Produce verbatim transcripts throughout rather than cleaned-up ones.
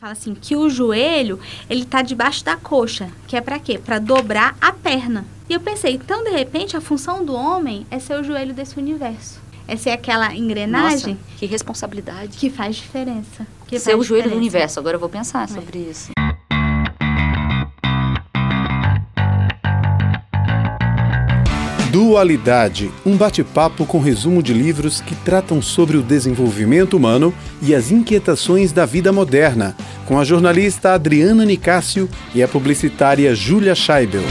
Fala assim, que o joelho, ele tá debaixo da coxa, que é para quê? Para dobrar a perna. E eu pensei, então, de repente, a função do homem é ser o joelho desse universo. É ser aquela engrenagem... Nossa, que responsabilidade. Que faz diferença. Que ser faz o joelho diferença. do universo. Agora eu vou pensar é. sobre isso. Dualidade, um bate-papo com resumo de livros que tratam sobre o desenvolvimento humano e as inquietações da vida moderna, com a jornalista Adriana Nicásio e a publicitária Júlia Scheibel.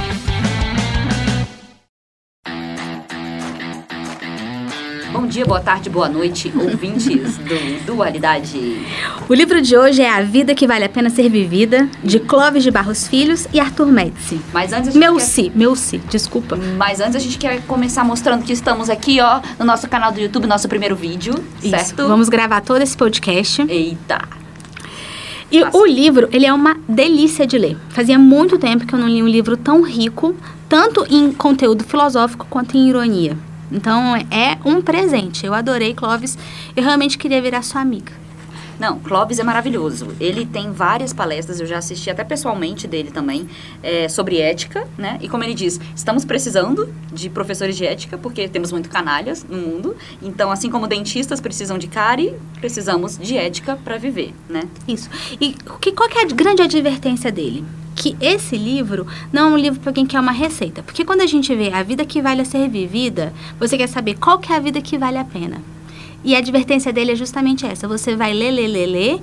Bom dia, boa tarde, boa noite, ouvintes do Dualidade. O livro de hoje é A Vida que Vale a Pena Ser Vivida, de Clóvis de Barros Filhos e Arthur Médici. Mas antes a gente Melci, quer... Melci, desculpa. Mas antes a gente quer começar mostrando que estamos aqui, ó, no nosso canal do YouTube, nosso primeiro vídeo, Isso. certo? Vamos gravar todo esse podcast. Eita! E Nossa. O livro, ele é uma delícia de ler. Fazia muito tempo que eu não li um livro tão rico, tanto em conteúdo filosófico quanto em ironia. Então, é um presente. Eu adorei, Clóvis. Eu realmente queria virar sua amiga. Não, Clóvis é maravilhoso. Ele tem várias palestras, eu já assisti até pessoalmente dele também, é, sobre ética, né? E como ele diz, estamos precisando de professores de ética, porque temos muito canalhas no mundo. Então, assim como dentistas precisam de cárie, precisamos de ética para viver, né? Isso. E que, qual que é a grande advertência dele? Que esse livro não é um livro para quem quer uma receita. Porque quando a gente vê a vida que vale a ser vivida, você quer saber qual que é a vida que vale a pena. E a advertência dele é justamente essa. Você vai ler, ler, ler, ler.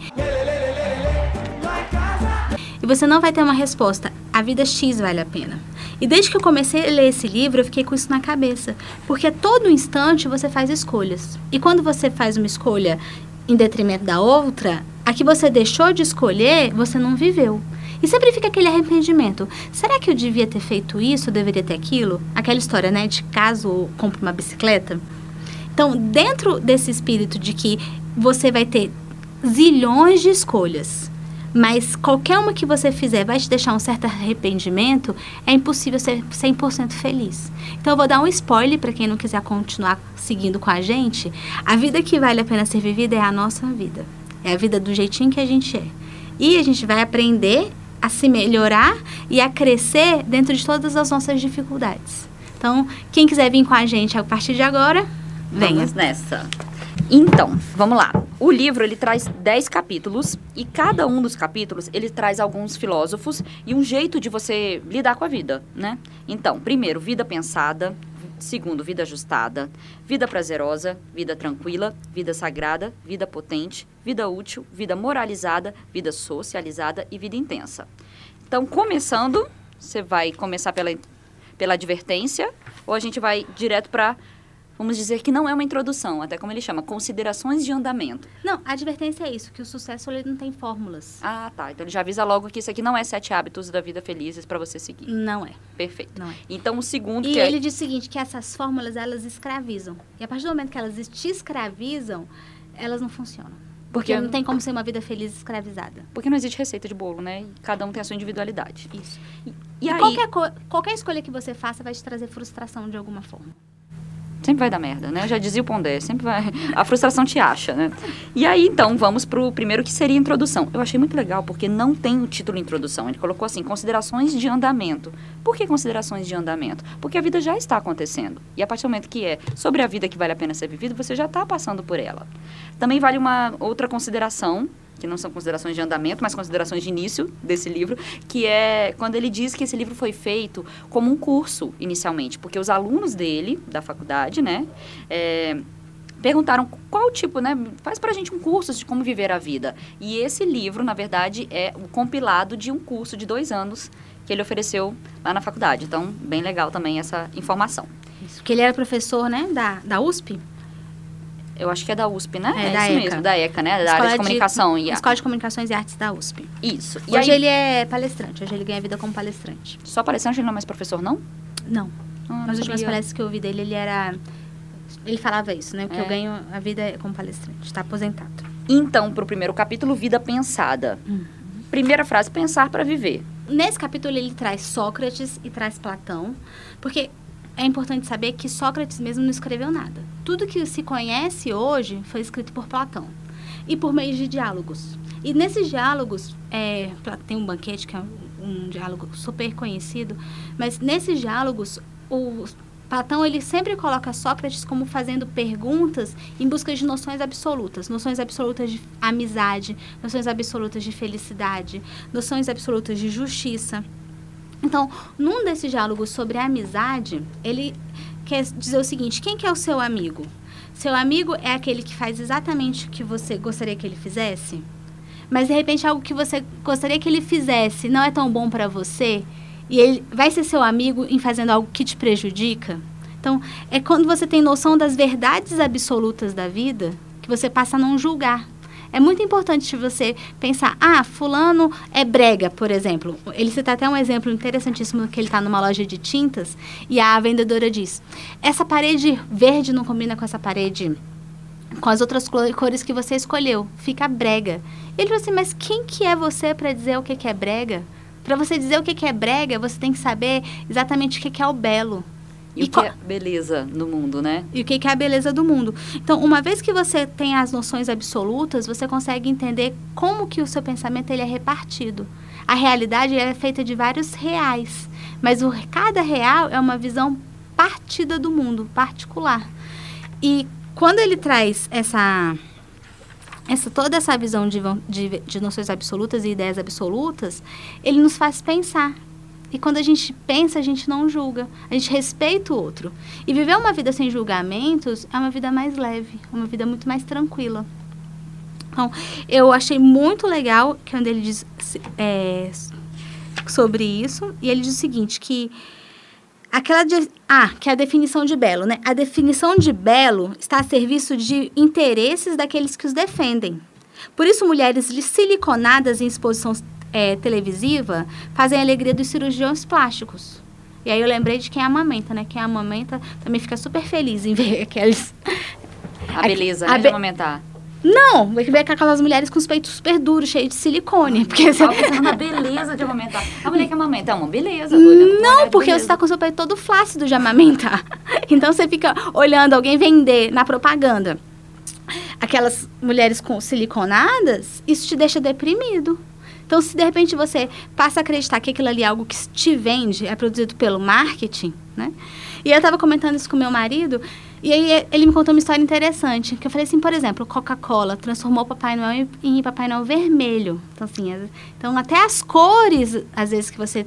E você não vai ter uma resposta. A vida X vale a pena. E desde que eu comecei a ler esse livro, eu fiquei com isso na cabeça. Porque a todo instante você faz escolhas. E quando você faz uma escolha em detrimento da outra, a que você deixou de escolher, você não viveu. E sempre fica aquele arrependimento. Será que eu devia ter feito isso, eu deveria ter aquilo? Aquela história, né, de caso compre uma bicicleta. Então, dentro desse espírito de que você vai ter zilhões de escolhas, mas qualquer uma que você fizer vai te deixar um certo arrependimento, é impossível ser cem por cento feliz. Então, eu vou dar um spoiler para quem não quiser continuar seguindo com a gente. A vida que vale a pena ser vivida é a nossa vida. É a vida do jeitinho que a gente é. E a gente vai aprender a se melhorar e a crescer dentro de todas as nossas dificuldades. Então, quem quiser vir com a gente a partir de agora, venha. Vamos nessa. Então, vamos lá. O livro, ele traz dez capítulos e cada um dos capítulos, ele traz alguns filósofos e um jeito de você lidar com a vida, né? Então, primeiro, vida pensada. Segundo, vida ajustada, vida prazerosa, vida tranquila, vida sagrada, vida potente, vida útil, vida moralizada, vida socializada e vida intensa. Então, começando, você vai começar pela, pela advertência ou a gente vai direto para, vamos dizer que não é uma introdução, até como ele chama, considerações de andamento. Não, a advertência é isso, que o sucesso ele não tem fórmulas. Ah, tá. Então ele já avisa logo que isso aqui não é sete hábitos da vida felizes para você seguir. Não é. Perfeito. Não é. Então o segundo e que ele é... diz o seguinte, que essas fórmulas, elas escravizam. E a partir do momento que elas te escravizam, elas não funcionam. Porque, porque não tem como ser uma vida feliz escravizada. Porque não existe receita de bolo, né? E cada um tem a sua individualidade. Isso. E, e, e aí... qualquer, co- qualquer escolha que você faça vai te trazer frustração de alguma forma. Sempre vai dar merda, né? Eu já dizia o Pondé, sempre vai... A frustração te acha, né? E aí, então, vamos pro primeiro que seria a introdução. Eu achei muito legal, porque não tem o título introdução. Ele colocou assim, considerações de andamento. Por que considerações de andamento? Porque a vida já está acontecendo. E a partir do momento que é sobre a vida que vale a pena ser vivida, você já está passando por ela. Também vale uma outra consideração, que não são considerações de andamento, mas considerações de início desse livro, que é quando ele diz que esse livro foi feito como um curso, inicialmente, porque os alunos dele, da faculdade, né, é, perguntaram qual tipo, né, faz pra gente um curso de como viver a vida. E esse livro, na verdade, é o compilado de um curso de dois anos que ele ofereceu lá na faculdade. Então, bem legal também essa informação. Isso, porque ele era professor, né, da, da U S P. Eu acho que é da U S P, né? É, é da isso ECA. mesmo, da ECA, né? Da Escola área de comunicação. De, e a... Escola de Comunicações e Artes da U S P. Isso. E hoje aí, ele é palestrante, hoje ele ganha vida como palestrante. Só palestrante, ele não é mais professor, não? Não. Ah, Nas últimas sabia. palestras que eu ouvi dele, ele era... Ele falava isso, né? Que É. eu ganho a vida como palestrante, está aposentado. Então, para o primeiro capítulo, vida pensada. Uhum. Primeira frase, pensar para viver. Nesse capítulo, ele traz Sócrates e traz Platão, porque é importante saber que Sócrates mesmo não escreveu nada. Tudo que se conhece hoje foi escrito por Platão e por meio de diálogos. E nesses diálogos, é, tem um banquete que é um, um diálogo super conhecido, mas nesses diálogos, o Platão ele sempre coloca Sócrates como fazendo perguntas em busca de noções absolutas, noções absolutas de amizade, noções absolutas de felicidade, noções absolutas de justiça. Então, num desses diálogos sobre a amizade, ele quer dizer o seguinte: quem que é o seu amigo? Seu amigo é aquele que faz exatamente o que você gostaria que ele fizesse? Mas, de repente, algo que você gostaria que ele fizesse não é tão bom para você, e ele vai ser seu amigo em fazendo algo que te prejudica? Então, é quando você tem noção das verdades absolutas da vida que você passa a não julgar. É muito importante você pensar, ah, fulano é brega, por exemplo. Ele cita até um exemplo interessantíssimo que ele está numa loja de tintas e a vendedora diz, essa parede verde não combina com essa parede, com as outras cores que você escolheu, fica brega. Ele falou assim, mas quem que é você para dizer o que, que é brega? Para você dizer o que, que é brega, você tem que saber exatamente o que, que é o belo. E, e o que é beleza no mundo, né? E o que é a beleza do mundo. Então, uma vez que você tem as noções absolutas, você consegue entender como que o seu pensamento ele é repartido. A realidade é feita de vários reais, mas o, cada real é uma visão partida do mundo, particular. E quando ele traz essa, essa, toda essa visão de, de, de noções absolutas e ideias absolutas, ele nos faz pensar. E quando a gente pensa, a gente não julga. A gente respeita o outro. E viver uma vida sem julgamentos é uma vida mais leve, uma vida muito mais tranquila. Então, eu achei muito legal quando ele diz é, sobre isso. E ele diz o seguinte, que aquela de, ah, que é a definição de belo, né? A definição de belo está a serviço de interesses daqueles que os defendem. Por isso, mulheres siliconadas em exposição É, televisiva, fazem a alegria dos cirurgiões plásticos. E aí eu lembrei de quem amamenta, né? Quem amamenta também fica super feliz em ver aqueles... A beleza, a né, be... de amamentar. Não, vai ver aquelas mulheres com os peitos super duros, cheios de silicone. Porque você... a beleza de amamentar. A mulher que amamenta é uma beleza. Não, porque beleza. Você está com o seu peito todo flácido de amamentar. Então você fica olhando alguém vender na propaganda aquelas mulheres com siliconadas, isso te deixa deprimido. Então, se de repente você passa a acreditar que aquilo ali é algo que te vende, é produzido pelo marketing, né? E eu estava comentando isso com meu marido, e aí ele me contou uma história interessante, que eu falei assim, por exemplo, Coca-Cola transformou o Papai Noel em, em Papai Noel vermelho. Então, assim, as, então até as cores, às vezes, que você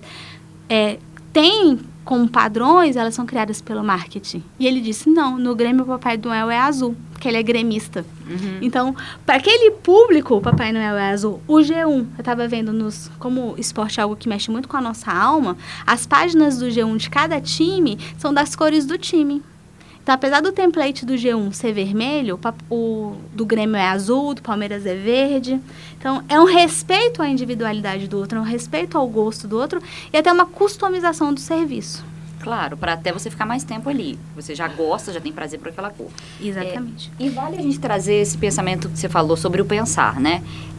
é, tem como padrões, elas são criadas pelo marketing. E ele disse, não, no Grêmio o Papai Noel é azul, porque ele é gremista. Uhum. Então, para aquele público, o Papai Noel é azul. O G um, eu estava vendo, nos, como esporte é algo que mexe muito com a nossa alma, as páginas do G um de cada time são das cores do time. Então, apesar do template do G um ser vermelho, o, o do Grêmio é azul, do Palmeiras é verde. Então, é um respeito à individualidade do outro, é um respeito ao gosto do outro e até uma customização do serviço. Claro, para até você ficar mais tempo ali. Você já gosta, já tem prazer por aquela cor. Exatamente. É, e vale a gente trazer esse pensamento que você falou sobre o pensar, né?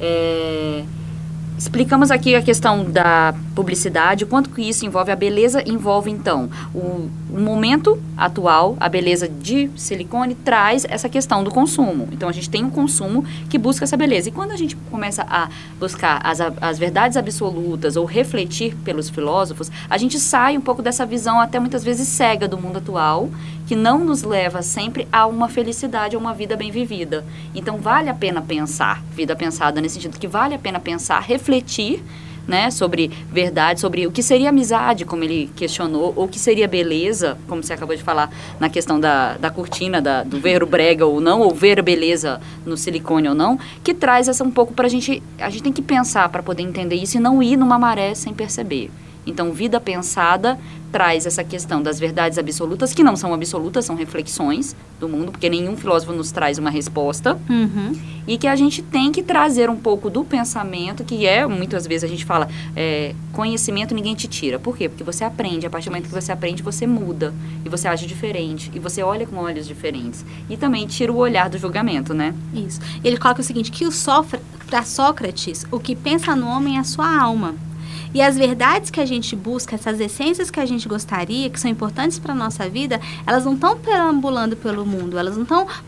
É... Explicamos aqui a questão da publicidade, o quanto que isso envolve. A beleza envolve, então, o, o momento atual, a beleza de silicone traz essa questão do consumo. Então, a gente tem um consumo que busca essa beleza. E quando a gente começa a buscar as, as verdades absolutas ou refletir pelos filósofos, a gente sai um pouco dessa visão até muitas vezes cega do mundo atual, que não nos leva sempre a uma felicidade, a uma vida bem vivida. Então, vale a pena pensar, vida pensada nesse sentido, que vale a pena pensar, refletir, né, sobre verdade, sobre o que seria amizade, como ele questionou, ou o que seria beleza, como você acabou de falar na questão da, da cortina, da, do ver o brega ou não, ou ver a beleza no silicone ou não, que traz essa um pouco pra gente, a gente tem que pensar para poder entender isso e não ir numa maré sem perceber. Então, vida pensada traz essa questão das verdades absolutas, que não são absolutas, são reflexões do mundo, porque nenhum filósofo nos traz uma resposta. Uhum. E que a gente tem que trazer um pouco do pensamento, que é, muitas vezes a gente fala, é, conhecimento ninguém te tira. Por quê? Porque você aprende, a partir do momento que você aprende, você muda, e você age diferente, e você olha com olhos diferentes. E também tira o olhar do julgamento, né? Isso. Ele coloca o seguinte, que o Sófra, para Sócrates, o que pensa no homem é a sua alma. E as verdades que a gente busca, essas essências que a gente gostaria, que são importantes para a nossa vida, elas não estão perambulando pelo mundo, elas não estão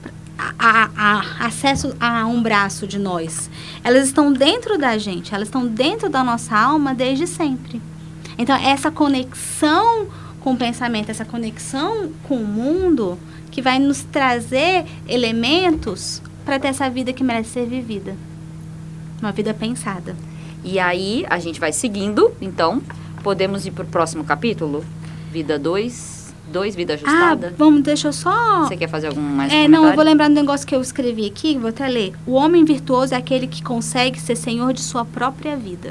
a, a, acesso a um braço de nós. Elas estão dentro da gente, elas estão dentro da nossa alma desde sempre. Então, essa conexão com o pensamento, essa conexão com o mundo, que vai nos trazer elementos para ter essa vida que merece ser vivida. Uma vida pensada. E aí, a gente vai seguindo, então, podemos ir para o próximo capítulo? Vida dois, dois, Vida Ajustada? Ah, vamos, deixa eu só... Você quer fazer algum mais É, comentário? não, eu vou lembrar do negócio que eu escrevi aqui, vou até ler. O homem virtuoso é aquele que consegue ser senhor de sua própria vida.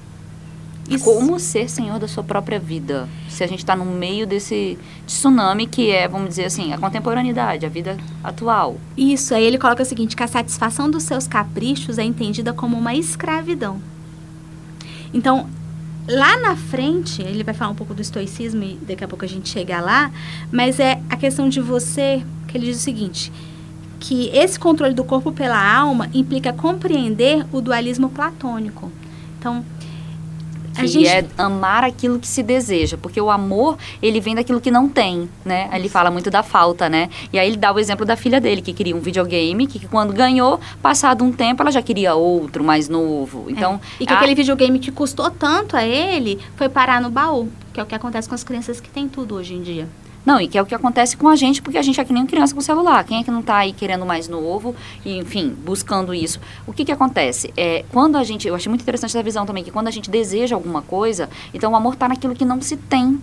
Isso. Como ser senhor da sua própria vida? Se a gente está no meio desse tsunami que é, vamos dizer assim, a contemporaneidade, a vida atual. Isso, aí ele coloca o seguinte, que a satisfação dos seus caprichos é entendida como uma escravidão. Então, lá na frente, ele vai falar um pouco do estoicismo e daqui a pouco a gente chega lá, mas é a questão de você, que ele diz o seguinte, que esse controle do corpo pela alma implica compreender o dualismo platônico. Então, a Que gente... é amar aquilo que se deseja, porque o amor, ele vem daquilo que não tem, né? Ele fala muito da falta, né? E aí ele dá o exemplo da filha dele, que queria um videogame, que, que quando ganhou, passado um tempo, ela já queria outro, mais novo. Então, é. E que a... aquele videogame que custou tanto a ele, foi parar no baú, que é o que acontece com as crianças que têm tudo hoje em dia. Não, e que é o que acontece com a gente, porque a gente é que nem criança com celular. Quem é que não está aí querendo mais novo e, enfim, buscando isso? O que que acontece? É, quando a gente... Eu achei muito interessante essa visão também, que quando a gente deseja alguma coisa, então o amor está naquilo que não se tem.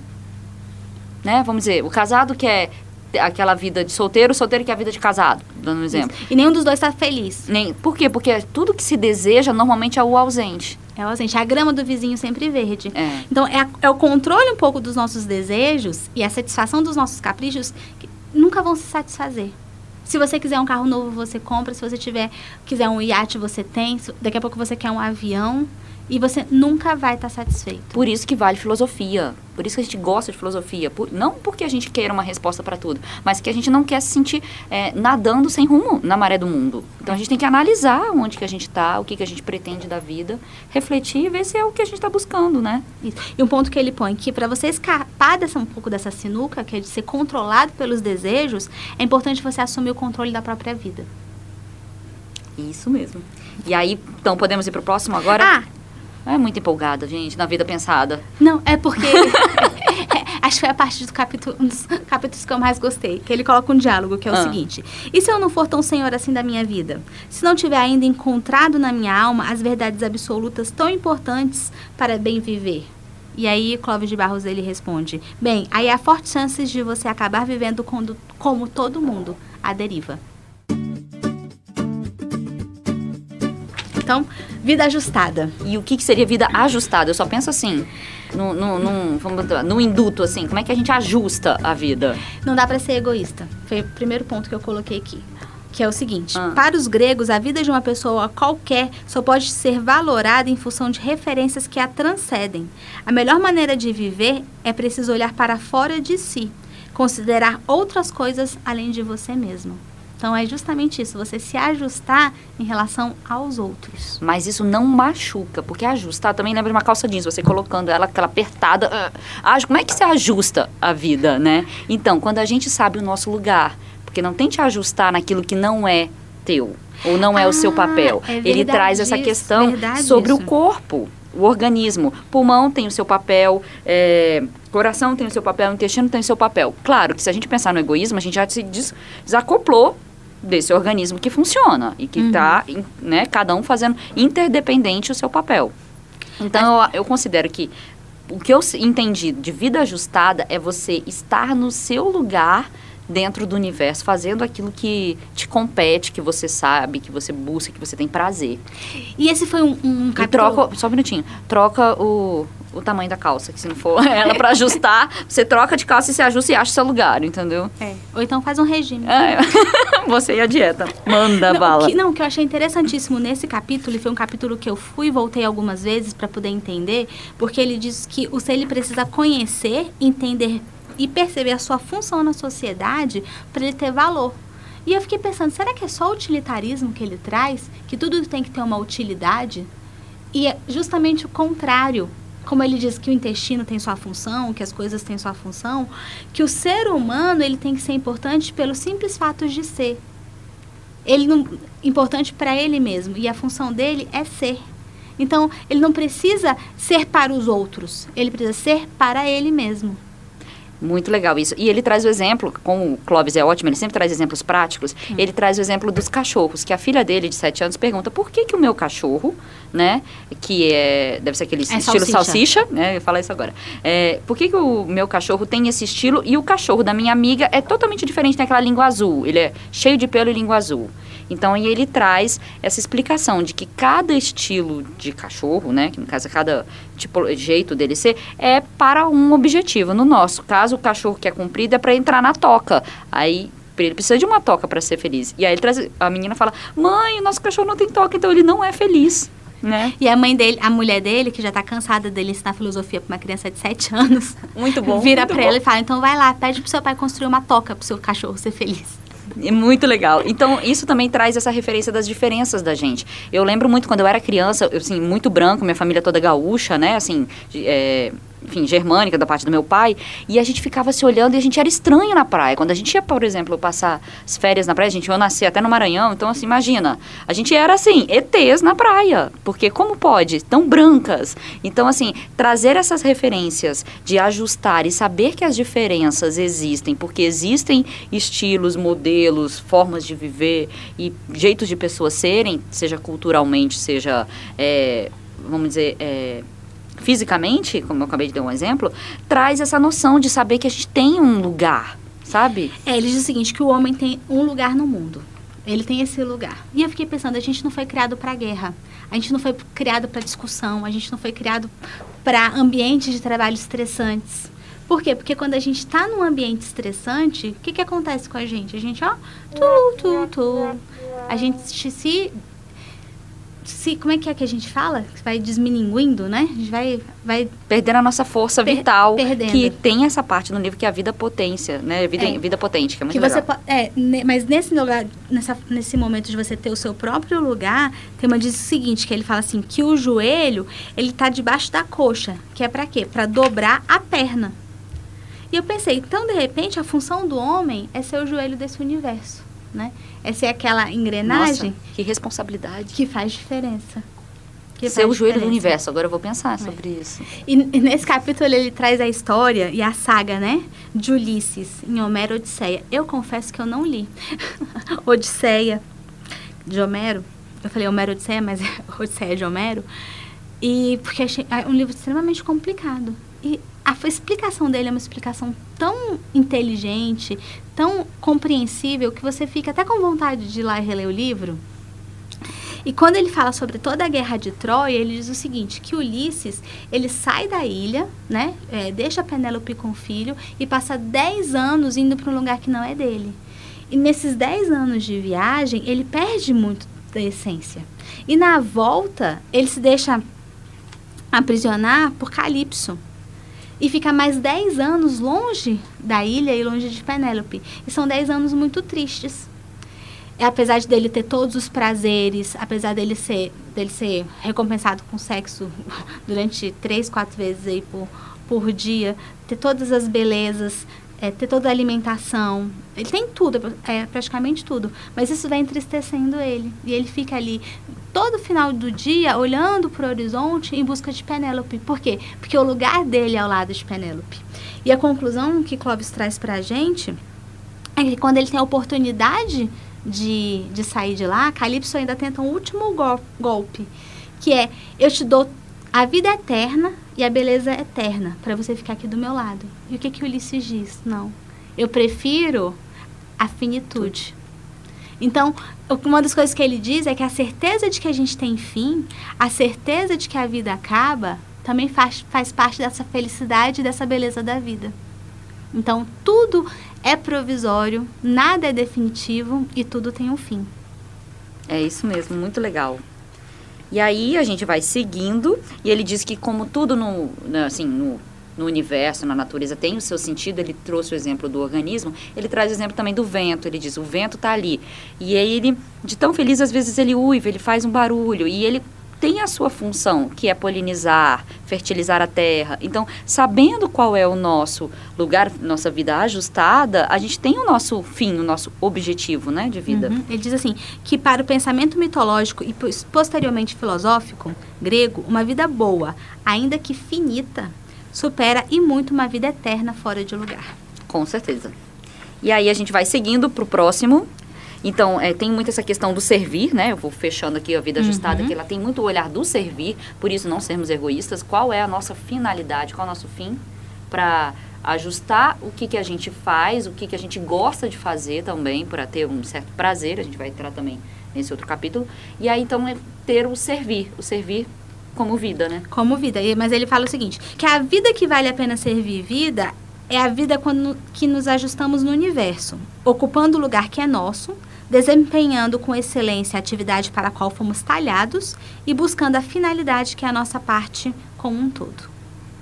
Né? Vamos dizer, o casado quer aquela vida de solteiro, o solteiro quer a vida de casado, dando um exemplo. Isso. E nenhum dos dois está feliz. Nem, por quê? Porque tudo que se deseja, normalmente, é o ausente. É o ausente. A grama do vizinho sempre verde. É. Então, é, a, é o controle um pouco dos nossos desejos e a satisfação dos nossos caprichos que nunca vão se satisfazer. Se você quiser um carro novo, você compra. Se você tiver, quiser um iate, você tem. Daqui a pouco você quer um avião. E você nunca vai estar satisfeito. Por isso que vale filosofia. Por isso que a gente gosta de filosofia. Por, não porque a gente queira uma resposta para tudo, mas que a gente não quer se sentir é, nadando sem rumo na maré do mundo. Então a gente tem que analisar onde que a gente está, o que, que a gente pretende da vida, refletir e ver se é o que a gente está buscando, né? Isso. E um ponto que ele põe, que para você escapar dessa, um pouco dessa sinuca, que é de ser controlado pelos desejos, é importante você assumir o controle da própria vida. Isso mesmo. E aí, então, podemos ir para o próximo agora? Ah! É muito empolgada, gente, na vida pensada. Não, é porque... acho que foi a parte do capítulo, um dos capítulos que eu mais gostei. Que ele coloca um diálogo, que é o Ah. seguinte. E se eu não for tão senhor assim da minha vida? Se não tiver ainda encontrado na minha alma as verdades absolutas tão importantes para bem viver? E aí, Clóvis de Barros, ele responde. Bem, aí há fortes chances de você acabar vivendo como, como todo mundo, à deriva. Então, vida ajustada. E o que, que seria vida ajustada? Eu só penso assim, no, no, no, vamos botar, no induto, assim, como é que a gente ajusta a vida? Não dá para ser egoísta. Foi o primeiro ponto que eu coloquei aqui. Que é o seguinte, Ah. para os gregos, a vida de uma pessoa qualquer só pode ser valorada em função de referências que a transcendem. A melhor maneira de viver é preciso olhar para fora de si, considerar outras coisas além de você mesmo. Então, é justamente isso, você se ajustar em relação aos outros. Mas isso não machuca, porque ajustar também lembra de uma calça jeans, você colocando ela, aquela apertada. Ah, como é que se ajusta a vida, né? Então, quando a gente sabe o nosso lugar, porque não tente ajustar naquilo que não é teu, ou não é Ah, o seu papel. é Ele verdade traz essa isso, questão verdade sobre isso. o corpo, o organismo. Pulmão tem o seu papel, é, coração tem o seu papel, intestino tem o seu papel. Claro que se a gente pensar no egoísmo, a gente já se des- desacoplou desse organismo que funciona e que está, Uhum. né, cada um fazendo interdependente o seu papel. Então, eu, eu considero que o que eu se- entendi de vida ajustada é você estar no seu lugar dentro do universo, fazendo aquilo que te compete, que você sabe, que você busca, que você tem prazer. E esse foi um, um E capítulo... troca, só um minutinho, troca o, o tamanho da calça, que se não for ela para ajustar, você troca de calça e se ajusta e acha o seu lugar, entendeu? É. Ou então faz um regime. É, você e a dieta. Manda Não, bala. o que, não, o que eu achei interessantíssimo nesse capítulo, e foi um capítulo que eu fui e voltei algumas vezes para poder entender, porque ele diz que o ser ele precisa conhecer, entender e perceber a sua função na sociedade para ele ter valor. E eu fiquei pensando, será que é só o utilitarismo que ele traz? Que tudo tem que ter uma utilidade? E é justamente o contrário. Como ele diz que o intestino tem sua função, que as coisas têm sua função, que o ser humano ele tem que ser importante pelo simples fato de ser. Ele não importante para ele mesmo. E a função dele é ser. Então, ele não precisa ser para os outros. Ele precisa ser para ele mesmo. Muito legal isso. E ele traz o exemplo, como o Clóvis é ótimo, ele sempre traz exemplos práticos, hum. ele traz o exemplo dos cachorros, que a filha dele, de sete anos, pergunta por que que o meu cachorro, né, que é, deve ser aquele é estilo salsicha, salsicha né, eu ia falar isso agora, é, por que que o meu cachorro tem esse estilo e o cachorro da minha amiga é totalmente diferente, tem aquela língua azul, ele é cheio de pelo e língua azul. Então, e ele traz essa explicação de que cada estilo de cachorro, né, que no caso, cada tipo, jeito dele ser, é para um objetivo. No nosso caso, o cachorro que é comprido é para entrar na toca. Aí, ele precisa de uma toca para ser feliz. E aí, ele traz, a menina fala, mãe, o nosso cachorro não tem toca, então ele não é feliz. Né? E a mãe dele, a mulher dele, que já tá cansada dele ensinar filosofia para uma criança de sete anos, muito bom, vira muito para bom. ela e fala, então vai lá, pede pro seu pai construir uma toca pro seu cachorro ser feliz. É muito legal. Então, isso também traz essa referência das diferenças da gente. Eu lembro muito, quando eu era criança, eu, assim, muito branco, minha família toda gaúcha, né, assim, é, enfim, germânica da parte do meu pai, e a gente ficava se olhando e a gente era estranho na praia. Quando a gente ia, por exemplo, passar as férias na praia, a gente ia nascer até no Maranhão, então, assim, imagina, a gente era, assim, E Tês na praia, porque como pode? Tão brancas. Então, assim, trazer essas referências de ajustar e saber que as diferenças existem, porque existem estilos, modelos, formas de viver e jeitos de pessoas serem, seja culturalmente, seja, é, vamos dizer, é, fisicamente, como eu acabei de dar um exemplo, traz essa noção de saber que a gente tem um lugar, sabe? É, ele diz o seguinte, que o homem tem um lugar no mundo. Ele tem esse lugar. E eu fiquei pensando, a gente não foi criado para guerra. A gente não foi criado para discussão. A gente não foi criado para ambientes de trabalho estressantes. Por quê? Porque quando a gente está num ambiente estressante, o que que acontece com a gente? A gente, ó, tu, tu, tu. A gente se... Se, como é que é que a gente fala? Vai desmininguindo, né? A gente vai... vai perdendo a nossa força per, vital. Perdendo. Que tem essa parte no livro que é a vida potência, né? Vida, é. vida potente, que é muito que legal. Você, é, ne, mas nesse lugar, nessa, nesse momento de você ter o seu próprio lugar, tem uma diz o seguinte, que ele fala assim, que o joelho, ele tá debaixo da coxa. Que é pra quê? Pra dobrar a perna. E eu pensei, então, de repente, a função do homem é ser o joelho desse universo, né? É ser aquela engrenagem... Nossa, que responsabilidade. Que faz diferença. Que ser faz o joelho diferença. do universo. Agora eu vou pensar é. sobre isso. E, e nesse capítulo ele traz a história e a saga, né? De Ulisses, em Homero Odisseia. Eu confesso que eu não li. Odisseia de Homero. Eu falei Homero Odisseia, mas é Odisseia de Homero. E porque achei é um livro extremamente complicado. E a explicação dele é uma explicação tão inteligente, tão compreensível, que você fica até com vontade de ir lá e reler o livro. E quando ele fala sobre toda a guerra de Troia, ele diz o seguinte, que Ulisses, ele sai da ilha, né, é, deixa Penélope com o filho e passa dez anos indo para um lugar que não é dele. E nesses dez anos de viagem, ele perde muito da essência. E na volta, ele se deixa aprisionar por Calipso. E fica mais dez anos longe da ilha e longe de Penélope. E são dez anos muito tristes. E apesar de dele ter todos os prazeres, apesar dele ser, dele ser recompensado com sexo durante três, quatro vezes aí por, por dia, ter todas as belezas, é, ter toda a alimentação, ele tem tudo, é, praticamente tudo. Mas isso vai entristecendo ele. E ele fica ali todo final do dia olhando para o horizonte em busca de Penélope. Por quê? Porque o lugar dele é ao lado de Penélope. E a conclusão que Clóvis traz para a gente é que quando ele tem a oportunidade de, de sair de lá, Calipso ainda tenta um último gol, golpe, que é, eu te dou a vida eterna e a beleza eterna para você ficar aqui do meu lado. E o que que Ulisses diz? Não, eu prefiro a finitude. Então, uma das coisas que ele diz é que a certeza de que a gente tem fim, a certeza de que a vida acaba, também faz, faz parte dessa felicidade e dessa beleza da vida. Então, tudo é provisório, nada é definitivo e tudo tem um fim. É isso mesmo, muito legal. E aí a gente vai seguindo e ele diz que como tudo no, assim, no no universo, na natureza, tem o seu sentido. Ele trouxe o exemplo do organismo, ele traz o exemplo também do vento. Ele diz, o vento está ali. E aí ele, de tão feliz, às vezes ele uiva, ele faz um barulho. E ele tem a sua função, que é polinizar, fertilizar a terra. Então, sabendo qual é o nosso lugar, nossa vida ajustada, a gente tem o nosso fim, o nosso objetivo, né, de vida. Uhum. Ele diz assim, que para o pensamento mitológico e posteriormente filosófico grego, uma vida boa, ainda que finita, supera e muito uma vida eterna fora de lugar. Com certeza. E aí a gente vai seguindo para o próximo. Então, é, tem muito essa questão do servir, né? Eu vou fechando aqui a vida ajustada, uhum. que ela tem muito o olhar do servir, por isso não sermos egoístas. Qual é a nossa finalidade, qual é o nosso fim? Para ajustar o que, que a gente faz, o que, que a gente gosta de fazer também, para ter um certo prazer, a gente vai entrar também nesse outro capítulo. E aí, então, é ter o servir, o servir como vida, né? Como vida. Mas ele fala o seguinte, que a vida que vale a pena ser vivida é a vida quando, que nos ajustamos no universo, ocupando o lugar que é nosso, desempenhando com excelência a atividade para a qual fomos talhados e buscando a finalidade que é a nossa parte como um todo.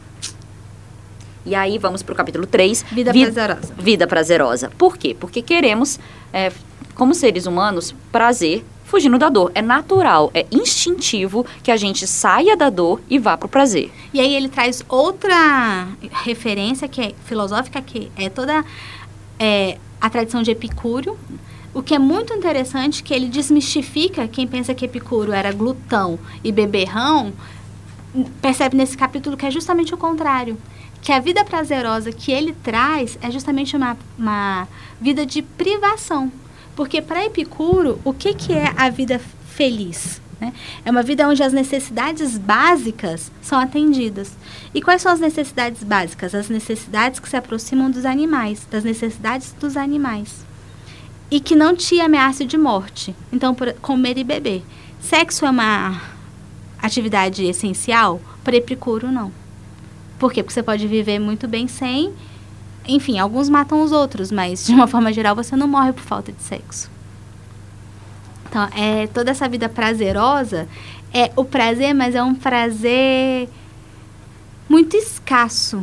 E aí vamos para o capítulo três. Vida vi- prazerosa. Vida prazerosa. Por quê? Porque queremos, é, como seres humanos, prazer fugindo da dor. É natural, é instintivo que a gente saia da dor e vá para o prazer. E aí ele traz outra referência que é filosófica, que é toda é, a tradição de Epicúrio. O que é muito interessante, que ele desmistifica quem pensa que Epicúrio era glutão e beberrão, percebe nesse capítulo que é justamente o contrário. Que a vida prazerosa que ele traz é justamente uma, uma vida de privação. Porque para Epicuro, o que, que é a vida feliz? Né? É uma vida onde as necessidades básicas são atendidas. E quais são as necessidades básicas? As necessidades que se aproximam dos animais, das necessidades dos animais. E que não te ameace de morte. Então, por, comer e beber. Sexo é uma atividade essencial? Para Epicuro, não. Por quê? Porque você pode viver muito bem sem... Enfim, alguns matam os outros, mas de uma forma geral você não morre por falta de sexo. Então, é, toda essa vida prazerosa é o prazer, mas é um prazer muito escasso.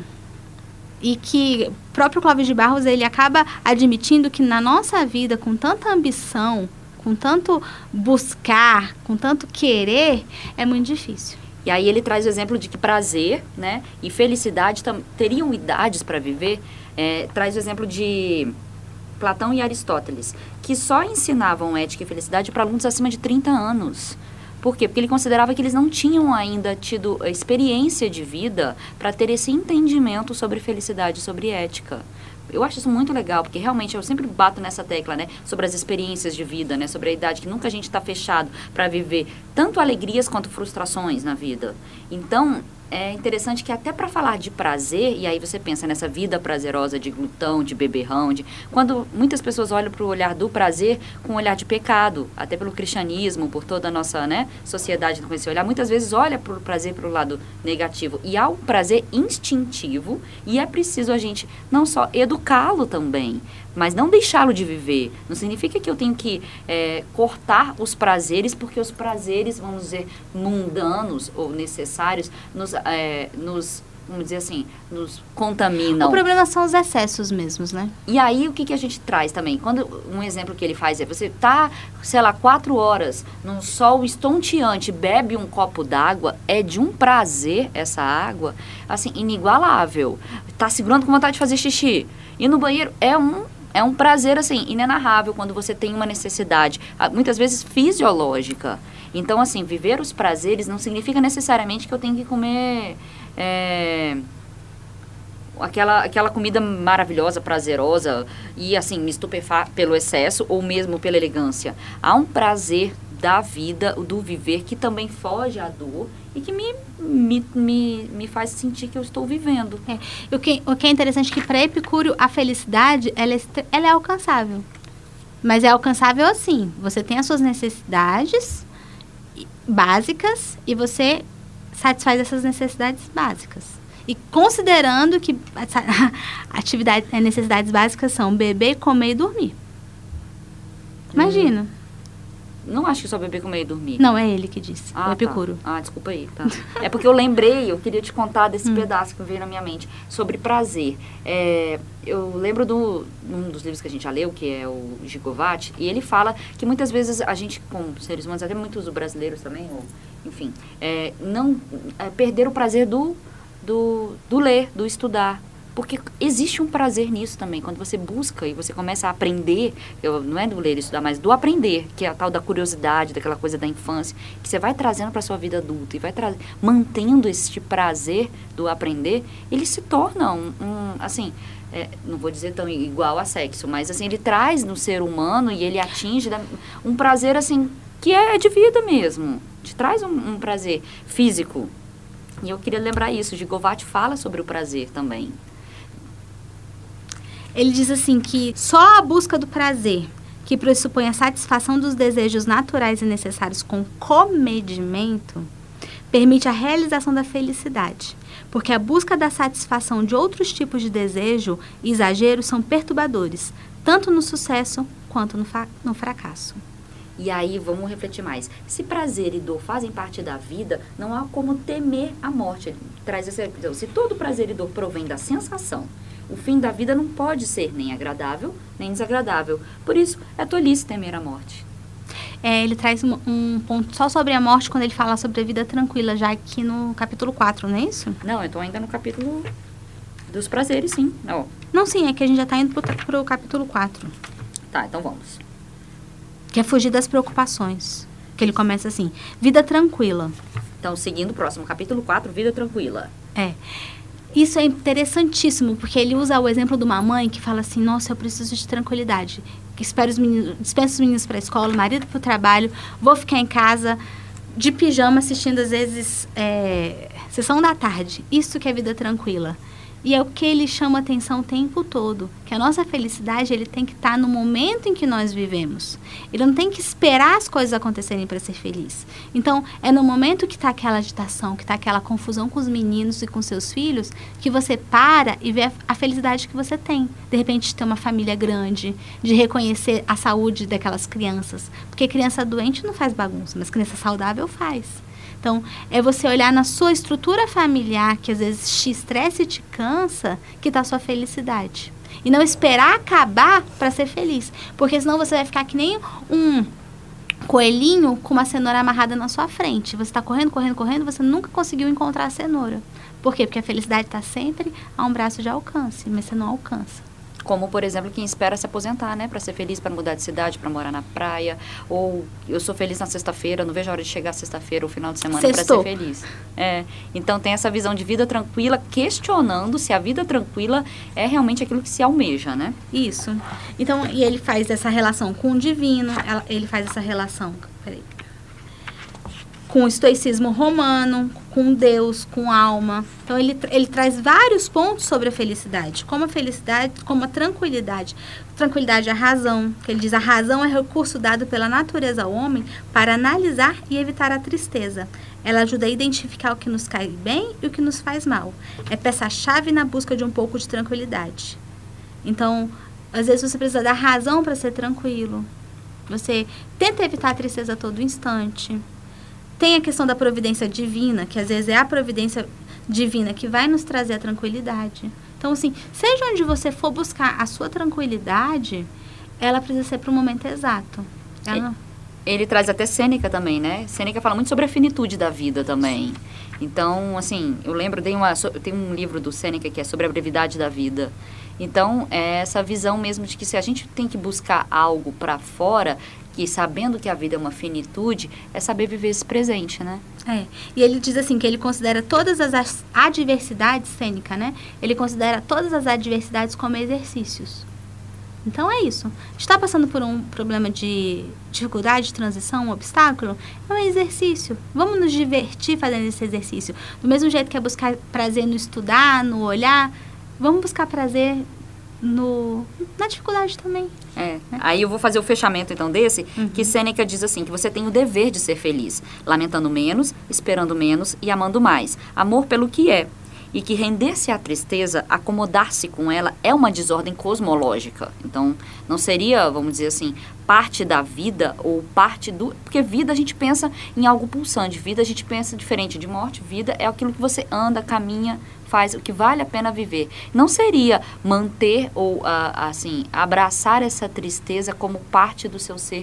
E que o próprio Clóvis de Barros, ele acaba admitindo que na nossa vida, com tanta ambição, com tanto buscar, com tanto querer, é muito difícil. E aí ele traz o exemplo de que prazer, né, e felicidade tam- teriam idades para viver. É, traz o exemplo de Platão e Aristóteles, que só ensinavam ética e felicidade para alunos acima de trinta anos. Por quê? Porque ele considerava que eles não tinham ainda tido a experiência de vida para ter esse entendimento sobre felicidade, sobre ética. Eu acho isso muito legal, porque realmente eu sempre bato nessa tecla, né, sobre as experiências de vida, né, sobre a idade, que nunca a gente está fechado para viver tanto alegrias quanto frustrações na vida. Então, é interessante que até para falar de prazer, e aí você pensa nessa vida prazerosa de glutão, de beberrão, de, quando muitas pessoas olham para o olhar do prazer com um olhar de pecado, até pelo cristianismo, por toda a nossa, né, sociedade com esse olhar, muitas vezes olha para o prazer para o lado negativo. E há um prazer instintivo e é preciso a gente não só educá-lo também, mas não deixá-lo de viver. Não significa que eu tenho que é, cortar os prazeres, porque os prazeres, vamos dizer, mundanos ou necessários, nos, é, nos vamos dizer assim, nos contaminam. O problema são os excessos mesmos, né? E aí, o que, que a gente traz também? Quando, um exemplo que ele faz é, você tá, sei lá, quatro horas num sol estonteante, bebe um copo d'água, é de um prazer essa água, assim, inigualável. Tá segurando com vontade de fazer xixi. E no banheiro é um... É um prazer, assim, inenarrável quando você tem uma necessidade, muitas vezes fisiológica. Então, assim, viver os prazeres não significa necessariamente que eu tenho que comer é, aquela, aquela comida maravilhosa, prazerosa e, assim, me estupefar pelo excesso ou mesmo pela elegância. Há um prazer da vida, do viver, que também foge à dor e que me, me, me, me faz sentir que eu estou vivendo. É. O, que, o que é interessante é que para Epicúrio a felicidade ela é, ela é alcançável. Mas é alcançável assim. Você tem as suas necessidades básicas e você satisfaz essas necessidades básicas. E considerando que atividades, necessidades básicas são beber, comer e dormir. Imagina. Hum. Não acho que só beber, comer e dormir. Não, é ele que disse, ah, o Epicuro. Tá. Ah, desculpa aí, tá. É porque eu lembrei, eu queria te contar desse hum. pedaço que veio na minha mente, sobre prazer. É, eu lembro de um dos livros que a gente já leu, que é o Gigovati, e ele fala que muitas vezes a gente, como seres humanos, até muitos brasileiros também, ou enfim, é, não é, perder o prazer do, do, do ler, do estudar. Porque existe um prazer nisso também. Quando você busca e você começa a aprender, eu, não é do ler e estudar, mas do aprender, que é a tal da curiosidade, daquela coisa da infância, que você vai trazendo para a sua vida adulta e vai tra- mantendo este prazer do aprender, ele se torna um, um assim, é, não vou dizer tão igual a sexo, mas assim, ele traz no ser humano e ele atinge um prazer assim, que é de vida mesmo. Te traz um, um prazer físico. E eu queria lembrar isso, Djokovic fala sobre o prazer também. Ele diz assim que só a busca do prazer, que pressupõe a satisfação dos desejos naturais e necessários com comedimento, permite a realização da felicidade, porque a busca da satisfação de outros tipos de desejo e exagero são perturbadores, tanto no sucesso quanto no, fa- no fracasso. E aí, vamos refletir mais. Se prazer e dor fazem parte da vida, não há como temer a morte. Ele traz essa então, se todo prazer e dor provém da sensação, o fim da vida não pode ser nem agradável, nem desagradável. Por isso, é tolice temer a morte. É, ele traz um, um ponto só sobre a morte quando ele fala sobre a vida tranquila, já aqui no capítulo quatro, não é isso? Não, eu estou ainda no capítulo dos prazeres, sim. Oh. Não, sim, é que a gente já está indo para o capítulo quatro. Tá, então vamos. Que é fugir das preocupações. Que ele começa assim, vida tranquila. Então, seguindo o próximo, capítulo quatro, vida tranquila. É. Isso é interessantíssimo, porque ele usa o exemplo de uma mãe que fala assim, nossa, eu preciso de tranquilidade. Que espero os meninos, dispenso os meninos para a escola, o marido para o trabalho, vou ficar em casa de pijama assistindo, às vezes, é, sessão da tarde. Isso que é vida tranquila. E é o que ele chama atenção o tempo todo, que a nossa felicidade ele tem que estar no momento em que nós vivemos. Ele não tem que esperar as coisas acontecerem para ser feliz. Então, é no momento que está aquela agitação, que está aquela confusão com os meninos e com seus filhos, que você para e vê a, a felicidade que você tem. De repente, de ter uma família grande, de reconhecer a saúde daquelas crianças. Porque criança doente não faz bagunça, mas criança saudável faz. Então, é você olhar na sua estrutura familiar, que às vezes te estressa e te cansa, que está a sua felicidade. E não esperar acabar para ser feliz. Porque senão você vai ficar que nem um coelhinho com uma cenoura amarrada na sua frente. Você está correndo, correndo, correndo, você nunca conseguiu encontrar a cenoura. Por quê? Porque a felicidade está sempre a um braço de alcance, mas você não alcança. Como, por exemplo, quem espera se aposentar, né? Para ser feliz, para mudar de cidade, para morar na praia. Ou eu sou feliz na sexta-feira, não vejo a hora de chegar sexta-feira ou final de semana para ser feliz. É, então, tem essa visão de vida tranquila, questionando se a vida tranquila é realmente aquilo que se almeja, né? Isso. Então, e ele faz essa relação com o divino, ele faz essa relação... Peraí. Com o estoicismo romano, com Deus, com alma. Então, ele, ele traz vários pontos sobre a felicidade. Como a felicidade, como a tranquilidade. Tranquilidade é a razão. Que ele diz, a razão é recurso dado pela natureza ao homem para analisar e evitar a tristeza. Ela ajuda a identificar o que nos cai bem e o que nos faz mal. É peça-chave na busca de um pouco de tranquilidade. Então, às vezes você precisa da razão para ser tranquilo. Você tenta evitar a tristeza a todo instante. Tem a questão da providência divina, que às vezes é a providência divina que vai nos trazer a tranquilidade. Então, assim, seja onde você for buscar a sua tranquilidade, ela precisa ser para o momento exato. Ela... Ele traz até Sêneca também, né? Sêneca fala muito sobre a finitude da vida também. Então, assim, eu lembro, tem, uma, tem um livro do Sêneca que é sobre a brevidade da vida. Então, é essa visão mesmo de que se a gente tem que buscar algo para fora... que sabendo que a vida é uma finitude, é saber viver esse presente, né? É, e ele diz assim, que ele considera todas as adversidades, Sêneca, né? Ele considera todas as adversidades como exercícios. Então, é isso. A gente está passando por um problema de dificuldade, de transição, um obstáculo, é um exercício. Vamos nos divertir fazendo esse exercício. Do mesmo jeito que é buscar prazer no estudar, no olhar, vamos buscar prazer... No, na dificuldade também. É. Né? Aí eu vou fazer o fechamento, então, desse, uhum. que Sêneca diz assim, que você tem o dever de ser feliz, lamentando menos, esperando menos e amando mais. Amor pelo que é. E que render-se à tristeza, acomodar-se com ela, é uma desordem cosmológica. Então, não seria, vamos dizer assim, parte da vida ou parte do... Porque vida a gente pensa em algo pulsante, vida a gente pensa diferente de morte, vida é aquilo que você anda, caminha, faz, o que vale a pena viver. Não seria manter ou, ah, assim, abraçar essa tristeza como parte do seu ser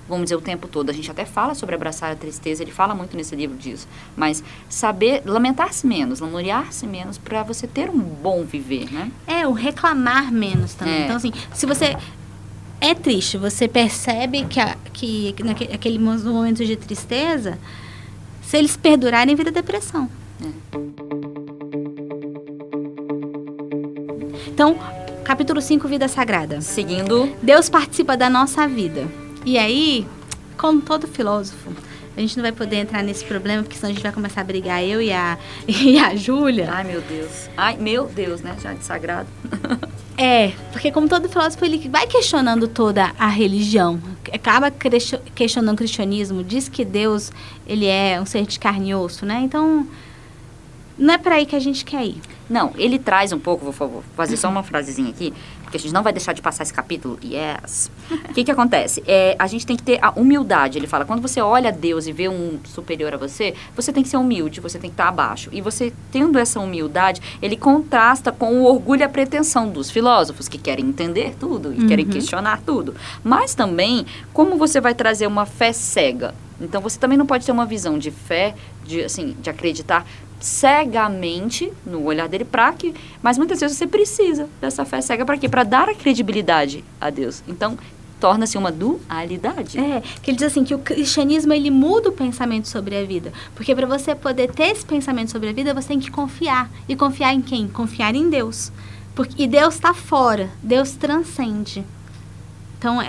vamos dizer, o tempo todo. A gente até fala sobre abraçar a tristeza, ele fala muito nesse livro disso. Mas saber lamentar-se menos, lamuriar-se menos para você ter um bom viver, né? É, o reclamar menos também. É. Então, assim, se você é triste, você percebe que, a, que naquele, aquele momento de tristeza, se eles perdurarem, vira depressão. É. Então, capítulo cinco, Vida Sagrada. Seguindo. Deus participa da nossa vida. E aí, como todo filósofo, a gente não vai poder entrar nesse problema, porque senão a gente vai começar a brigar, eu e a, e a Júlia. Ai, meu Deus. Ai, meu Deus, né? Já de sagrado. É, porque como todo filósofo, ele vai questionando toda a religião. Acaba questionando o cristianismo, diz que Deus, ele é um ser de carne e osso, né? Então, não é para aí que a gente quer ir. Não, ele traz um pouco, vou, vou fazer só uma frasezinha aqui, porque a gente não vai deixar de passar esse capítulo. Yes. O que que acontece? É, a gente tem que ter a humildade. Ele fala, quando você olha Deus e vê um superior a você, você tem que ser humilde, você tem que estar abaixo. E você, tendo essa humildade, ele contrasta com o orgulho e a pretensão dos filósofos, que querem entender tudo e uhum. querem questionar tudo. Mas também, como você vai trazer uma fé cega? Então, você também não pode ter uma visão de fé, de, assim, de acreditar cegamente no olhar dele, para que, mas muitas vezes você precisa dessa fé cega para quê? Para dar a credibilidade a Deus. Então, torna-se uma dualidade. É, que ele diz assim, que o cristianismo, ele muda o pensamento sobre a vida. Porque para você poder ter esse pensamento sobre a vida, você tem que confiar. E confiar em quem? Confiar em Deus. Porque, e Deus está fora, Deus transcende. Então,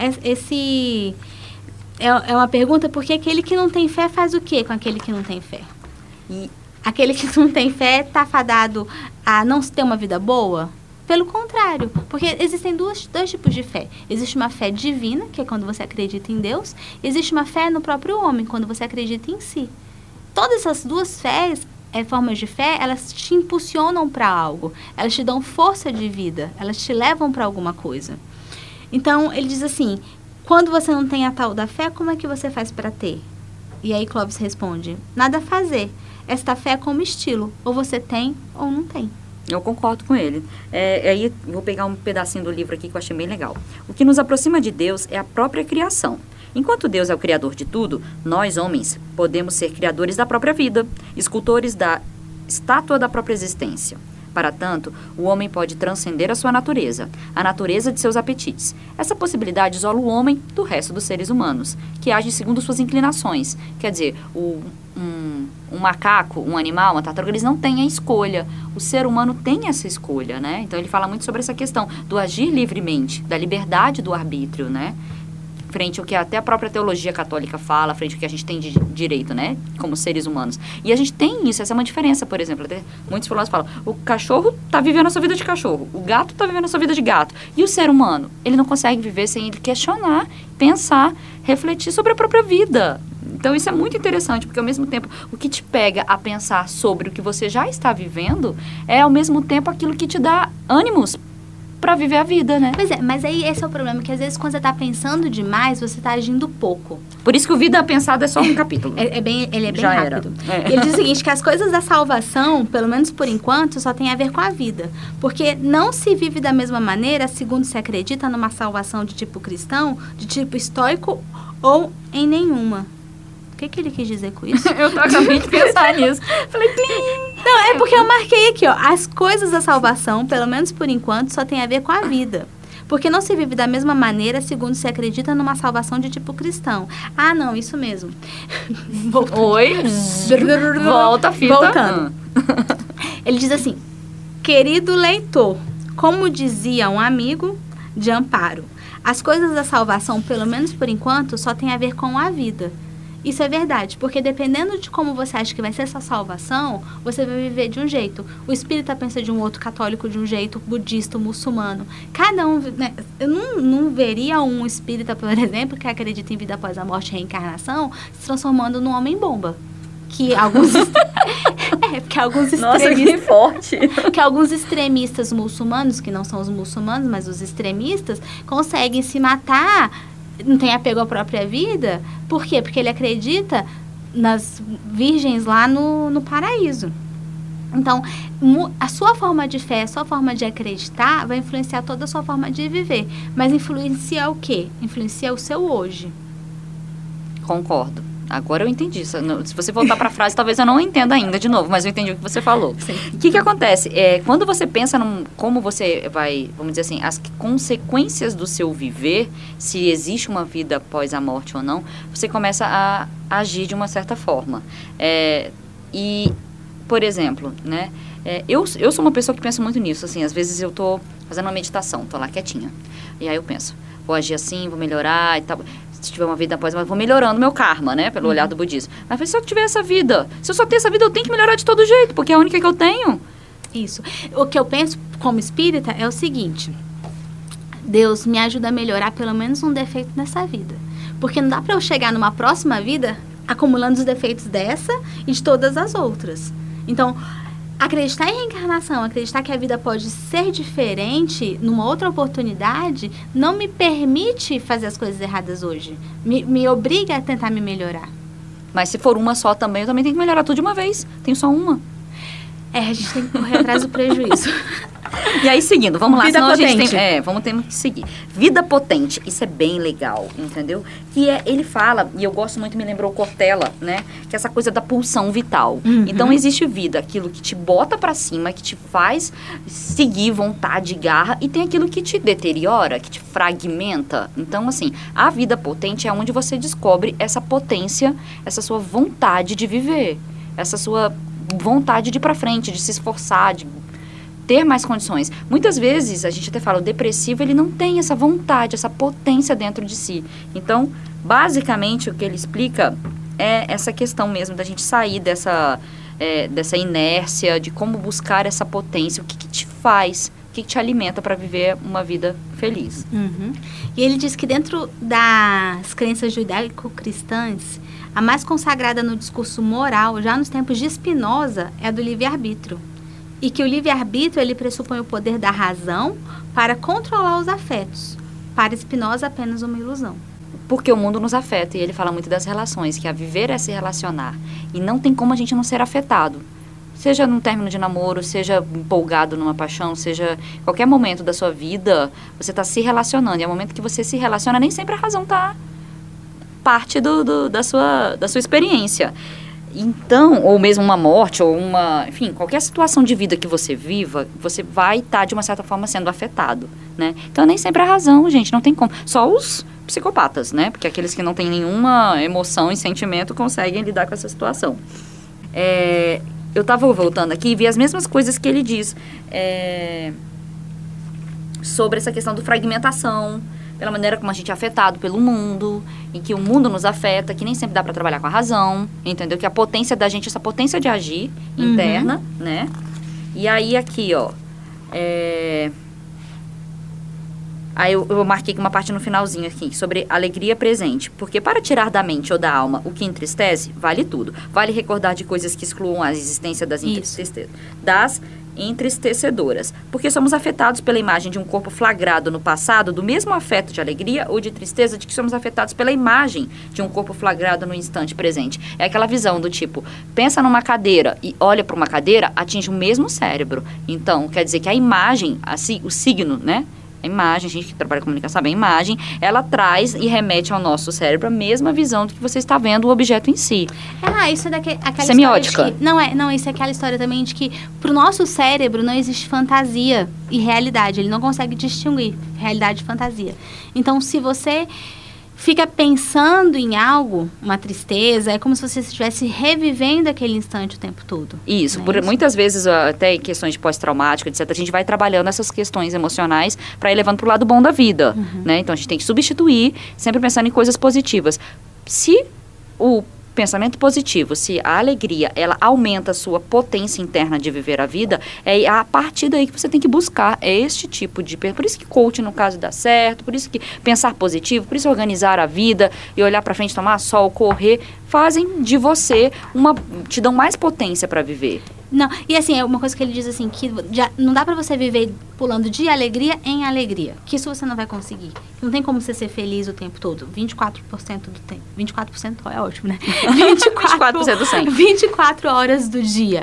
esse é, é uma pergunta, porque aquele que não tem fé faz o quê com aquele que não tem fé? E aquele que não tem fé está fadado a não ter uma vida boa? Pelo contrário, porque existem duas, dois tipos de fé. Existe uma fé divina, que é quando você acredita em Deus, e existe uma fé no próprio homem, quando você acredita em si. Todas essas duas fés, é, formas de fé, elas te impulsionam para algo, elas te dão força de vida, elas te levam para alguma coisa. Então, ele diz assim, quando você não tem a tal da fé, como é que você faz para ter? E aí Clóvis responde, nada a fazer. Esta fé é como estilo, ou você tem ou não tem. Eu concordo com ele. É, aí vou pegar um pedacinho do livro aqui que eu achei bem legal. O que nos aproxima de Deus é a própria criação. Enquanto Deus é o criador de tudo, nós, homens, podemos ser criadores da própria vida, escultores da estátua da própria existência. Para tanto, o homem pode transcender a sua natureza, a natureza de seus apetites. Essa possibilidade isola o homem do resto dos seres humanos, que agem segundo suas inclinações. Quer dizer, o, um, um macaco, um animal, uma tartaruga, eles não têm a escolha. O ser humano tem essa escolha, né? Então, ele fala muito sobre essa questão do agir livremente, da liberdade do arbítrio, né? Frente ao que até a própria teologia católica fala, frente ao que a gente tem de direito, né, como seres humanos. E a gente tem isso, essa é uma diferença, por exemplo, até muitos filósofos falam, o cachorro está vivendo a sua vida de cachorro, o gato está vivendo a sua vida de gato. E o ser humano, ele não consegue viver sem ele questionar, pensar, refletir sobre a própria vida. Então, isso é muito interessante, porque ao mesmo tempo, o que te pega a pensar sobre o que você já está vivendo, é ao mesmo tempo aquilo que te dá ânimos para viver a vida, né? Pois é, mas aí esse é o problema, que às vezes quando você tá pensando demais, você tá agindo pouco. Por isso que o Vida Pensada é só um capítulo. É, é bem, ele é bem Já rápido. Era. É. Ele diz o seguinte, que as coisas da salvação, pelo menos por enquanto, só tem a ver com a vida. Porque não se vive da mesma maneira, segundo se acredita numa salvação de tipo cristão, de tipo estoico ou em nenhuma. O que, que ele quis dizer com isso? Eu acabei de pensar nisso. Falei, clim! Não, é porque eu marquei aqui, ó. As coisas da salvação, pelo menos por enquanto, só tem a ver com a vida. Porque não se vive da mesma maneira, segundo se acredita numa salvação de tipo cristão. Ah, não, isso mesmo. Oi? Volta a fita. Voltando. Ele diz assim, querido leitor, como dizia um amigo de Amparo, as coisas da salvação, pelo menos por enquanto, só tem a ver com a vida. Isso é verdade, porque dependendo de como você acha que vai ser essa salvação, você vai viver de um jeito. O espírita pensa de um outro, católico de um jeito, budista, muçulmano. Cada um, né? Eu não, não veria um espírita, por exemplo, que acredita em vida após a morte e reencarnação, se transformando num homem-bomba. Que alguns... é, porque alguns extremistas... Nossa, que forte! Que alguns extremistas muçulmanos, que não são os muçulmanos, mas os extremistas, conseguem se matar... não tem apego à própria vida. Por quê? Porque ele acredita nas virgens lá no, no paraíso. Então, a sua forma de fé, a sua forma de acreditar vai influenciar toda a sua forma de viver. Mas influencia o quê? Influencia o seu hoje. Concordo. Agora eu entendi. Se você voltar para a frase, talvez eu não entenda ainda de novo, mas eu entendi o que você falou. O que que acontece? É, quando você pensa num, como você vai, vamos dizer assim, as consequências do seu viver, se existe uma vida após a morte ou não, você começa a agir de uma certa forma. É, e, por exemplo, né, é, eu, eu sou uma pessoa que pensa muito nisso. Assim, às vezes eu estou fazendo uma meditação, estou lá quietinha. E aí eu penso, vou agir assim, vou melhorar e tal. Se tiver uma vida após, mas vou melhorando meu karma, né? Pelo uhum. olhar do budismo. Mas se eu tiver essa vida, se eu só ter essa vida, eu tenho que melhorar de todo jeito, porque é a única que eu tenho. Isso. O que eu penso como espírita é o seguinte: Deus me ajuda a melhorar pelo menos um defeito nessa vida. Porque não dá pra eu chegar numa próxima vida acumulando os defeitos dessa e de todas as outras. Então, acreditar em reencarnação, acreditar que a vida pode ser diferente numa outra oportunidade, não me permite fazer as coisas erradas hoje. Me, me obriga a tentar me melhorar. Mas se for uma só também, eu também tenho que melhorar tudo de uma vez. Tenho só uma. É, a gente tem que correr atrás do prejuízo. E aí, seguindo, vamos lá, vida senão potente. a gente tem... É, vamos ter que seguir. Vida potente, isso é bem legal, entendeu? Que é, ele fala, e eu gosto muito, me lembrou Cortella, né? Que é essa coisa da pulsão vital. Uhum. Então, existe vida, aquilo que te bota pra cima, que te faz seguir vontade e garra, e tem aquilo que te deteriora, que te fragmenta. Então, assim, a vida potente é onde você descobre essa potência, essa sua vontade de viver, essa sua vontade de ir pra frente, de se esforçar, de ter mais condições. Muitas vezes, a gente até fala, o depressivo, ele não tem essa vontade, essa potência dentro de si. Então, basicamente, o que ele explica é essa questão mesmo da gente sair dessa, é, dessa inércia, de como buscar essa potência, o que, que te faz, o que, que te alimenta para viver uma vida feliz. Uhum. E ele diz que dentro das crenças judaico-cristãs, a mais consagrada no discurso moral, já nos tempos de Spinoza, é a do livre-arbítrio. E que o livre-arbítrio, ele pressupõe o poder da razão para controlar os afetos. Para Spinoza, apenas uma ilusão. Porque o mundo nos afeta, e ele fala muito das relações, que a viver é se relacionar. E não tem como a gente não ser afetado. Seja num término de namoro, seja empolgado numa paixão, seja qualquer momento da sua vida, você está se relacionando. E é o momento que você se relaciona, nem sempre a razão está parte do, do, da, sua, da sua experiência. Então, ou mesmo uma morte, ou uma, enfim, qualquer situação de vida que você viva, você vai estar, tá, de uma certa forma, sendo afetado, né? Então, nem sempre a razão, gente, não tem como. Só os psicopatas, né? Porque aqueles que não têm nenhuma emoção e sentimento conseguem lidar com essa situação. É, eu estava voltando aqui e vi as mesmas coisas que ele diz é, sobre essa questão do fragmentação, pela maneira como a gente é afetado pelo mundo, em que o mundo nos afeta, que nem sempre dá para trabalhar com a razão, entendeu? Que a potência da gente, essa potência de agir interna, uhum. né? E aí aqui, ó, é... aí eu, eu marquei aqui uma parte no finalzinho aqui, sobre alegria presente. Porque para tirar da mente ou da alma o que entristece, vale tudo. Vale recordar de coisas que excluam a existência das entristecedoras. Das entristecedoras, porque somos afetados pela imagem de um corpo flagrado no passado, do mesmo afeto de alegria ou de tristeza de que somos afetados pela imagem de um corpo flagrado no instante presente. É aquela visão do tipo, pensa numa cadeira e olha para uma cadeira, atinge o mesmo cérebro. Então, quer dizer que a imagem, assim, o signo, né? A imagem, a gente que trabalha com comunicação sabe, a imagem, ela traz e remete ao nosso cérebro a mesma visão do que você está vendo o objeto em si. Ah, isso é daquele, aquela semiótica. História de que, não, é, não, isso é aquela história também de que pro nosso cérebro não existe fantasia e realidade. Ele não consegue distinguir realidade e fantasia. Então, se você fica pensando em algo, uma tristeza, é como se você estivesse revivendo aquele instante o tempo todo. Isso, é por, isso? Muitas vezes até em questões de pós-traumático, etcétera, a gente vai trabalhando essas questões emocionais para ir levando para o lado bom da vida, uhum. né? Então a gente tem que substituir, sempre pensando em coisas positivas. Se o pensamento positivo, se a alegria, ela aumenta a sua potência interna de viver a vida, é a partir daí que você tem que buscar este tipo de... Por isso que coaching, no caso, dá certo, por isso que pensar positivo, por isso organizar a vida e olhar pra frente, tomar sol, correr, fazem de você uma... te dão mais potência para viver. Não, e assim, é uma coisa que ele diz assim, que já não dá pra você viver pulando de alegria em alegria, que isso você não vai conseguir. Não tem como você ser feliz o tempo todo, vinte e quatro por cento do tempo. vinte e quatro por cento é ótimo, né? vinte e quatro, vinte e quatro por cento do cem. vinte e quatro horas do dia.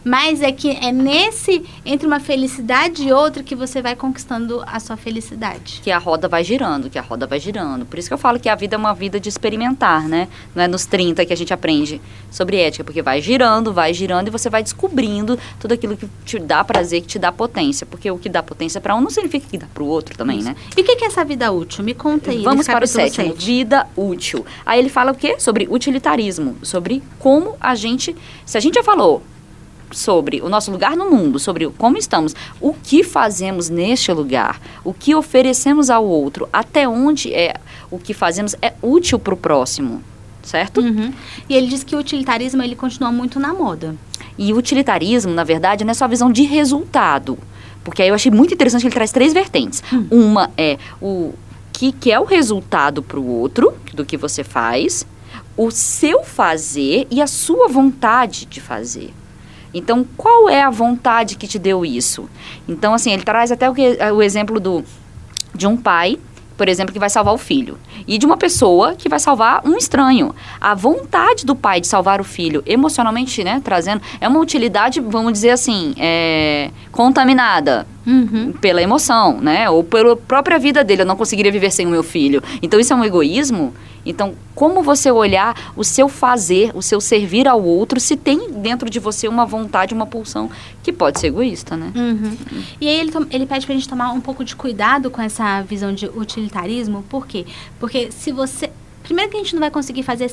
Mas é que é nesse, entre uma felicidade e outra, que você vai conquistando a sua felicidade. Que a roda vai girando, que a roda vai girando. Por isso que eu falo que a vida é uma vida de experimentar, né? Não é nos trinta que a gente aprende sobre ética, porque vai girando, vai girando e você vai descobrindo tudo aquilo que te dá prazer, que te dá potência. Porque o que dá potência para um não significa que dá para o outro também, isso. né? E o que é essa vida útil? Me conta aí. Vamos para o sétimo, sete. Vida útil. Aí ele fala o quê? Sobre utilitarismo, sobre como a gente... Se a gente já falou sobre o nosso lugar no mundo, sobre como estamos, o que fazemos neste lugar, o que oferecemos ao outro, até onde é o que fazemos é útil para o próximo, certo? Uhum. E ele diz que o utilitarismo ele continua muito na moda. E o utilitarismo, na verdade, não é só a visão de resultado, porque aí eu achei muito interessante que ele traz três vertentes. Hum. Uma é o que, que é o resultado para o outro, do que você faz, o seu fazer e a sua vontade de fazer. Então, qual é a vontade que te deu isso? Então, assim, ele traz até o, que, o exemplo do, de um pai, por exemplo, que vai salvar o filho. E de uma pessoa que vai salvar um estranho. A vontade do pai de salvar o filho, emocionalmente, né, trazendo, é uma utilidade, vamos dizer assim, é, contaminada. Uhum. Pela emoção, né? Ou pela própria vida dele. Eu não conseguiria viver sem o meu filho. Então, isso é um egoísmo. Então, como você olhar o seu fazer, o seu servir ao outro, se tem dentro de você uma vontade, uma pulsão, que pode ser egoísta, né? Uhum. E aí ele, ele pede pra gente tomar um pouco de cuidado com essa visão de utilitarismo. Por quê? Porque se você... Primeiro que a gente não vai conseguir fazer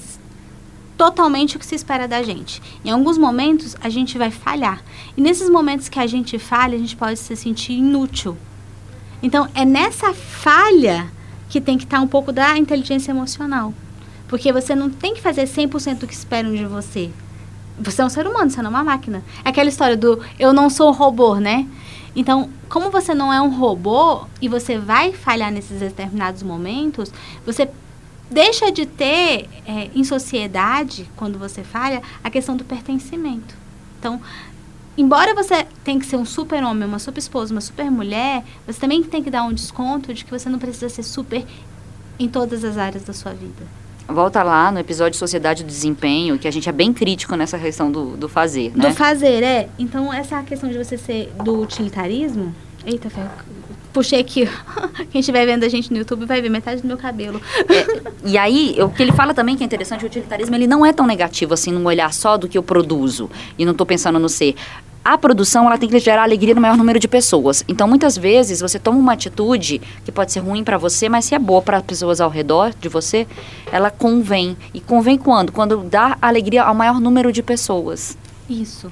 totalmente o que se espera da gente. Em alguns momentos, a gente vai falhar. E nesses momentos que a gente falha, a gente pode se sentir inútil. Então, é nessa falha que tem que estar um pouco da inteligência emocional. Porque você não tem que fazer cem por cento do que esperam de você. Você é um ser humano, você não é uma máquina. É aquela história do eu não sou um robô, né? Então, como você não é um robô e você vai falhar nesses determinados momentos, você deixa de ter, é, em sociedade, quando você falha, a questão do pertencimento. Então, embora você tenha que ser um super homem, uma super esposa, uma super mulher, você também tem que dar um desconto de que você não precisa ser super em todas as áreas da sua vida. Volta lá no episódio Sociedade do Desempenho, que a gente é bem crítico nessa questão do, do fazer, né? Do fazer, é. Então, essa questão de você ser do utilitarismo... Eita, Fé, puxei aqui. Quem estiver vendo a gente no YouTube vai ver metade do meu cabelo. É, e aí, o que ele fala também que é interessante, o utilitarismo, ele não é tão negativo assim, num olhar só do que eu produzo. E não estou pensando no ser. A produção, ela tem que gerar alegria no maior número de pessoas. Então, muitas vezes, você toma uma atitude que pode ser ruim para você, mas se é boa para as pessoas ao redor de você, ela convém. E convém quando? Quando dá alegria ao maior número de pessoas. Isso.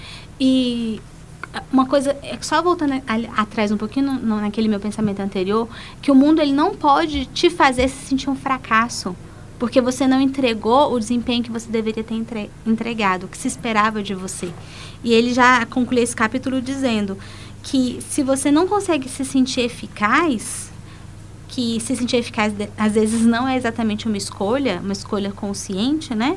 E uma coisa, só voltando a, atrás um pouquinho no, no, naquele meu pensamento anterior, que o mundo ele não pode te fazer se sentir um fracasso. Porque você não entregou o desempenho que você deveria ter entre, entregado, o que se esperava de você. E ele já conclui esse capítulo dizendo que se você não consegue se sentir eficaz, que se sentir eficaz às vezes não é exatamente uma escolha, uma escolha consciente, né?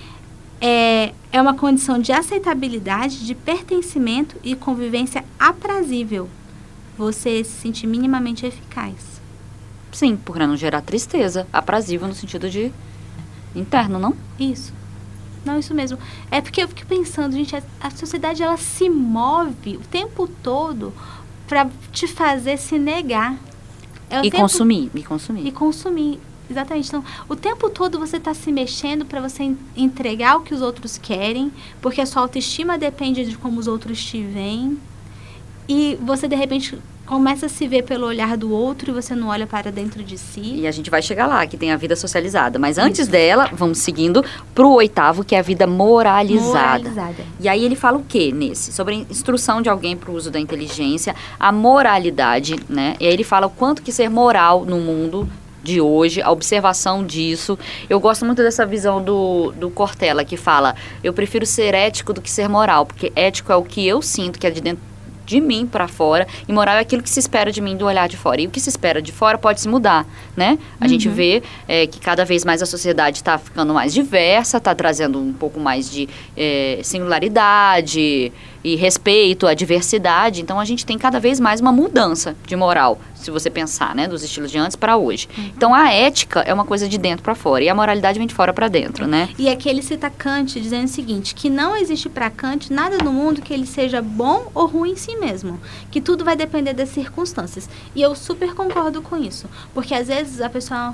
É, é uma condição de aceitabilidade, de pertencimento e convivência aprazível. Você se sentir minimamente eficaz. Sim, por não gerar tristeza, aprazível no sentido de interno, não? Isso. Não, isso mesmo. É porque eu fico pensando, gente, a, a sociedade ela se move o tempo todo para te fazer se negar. É o e tempo, consumir, e consumir. E consumir, exatamente. Então, o tempo todo você está se mexendo para você en- entregar o que os outros querem, porque a sua autoestima depende de como os outros te veem. E você, de repente, começa a se ver pelo olhar do outro e você não olha para dentro de si. E a gente vai chegar lá, que tem a vida socializada. Mas antes Isso. dela, vamos seguindo pro oitavo, que é a vida moralizada. Moralizada. E aí ele fala o quê nesse? Sobre a instrução de alguém para o uso da inteligência, a moralidade, né? E aí ele fala o quanto que ser moral no mundo de hoje, a observação disso. Eu gosto muito dessa visão do, do Cortella, que fala, eu prefiro ser ético do que ser moral, porque ético é o que eu sinto, que é de dentro de mim para fora, e moral é aquilo que se espera de mim do olhar de fora. E o que se espera de fora pode se mudar, né? A uhum. gente vê é, que cada vez mais a sociedade está ficando mais diversa, está trazendo um pouco mais de é, singularidade, e respeito à diversidade. Então, a gente tem cada vez mais uma mudança de moral, se você pensar, né, dos estilos de antes para hoje. Uhum. Então, a ética é uma coisa de dentro para fora e a moralidade vem de fora para dentro, né? E aqui ele cita Kant dizendo o seguinte, que não existe para Kant nada no mundo que ele seja bom ou ruim em si mesmo, que tudo vai depender das circunstâncias. E eu super concordo com isso, porque às vezes a pessoa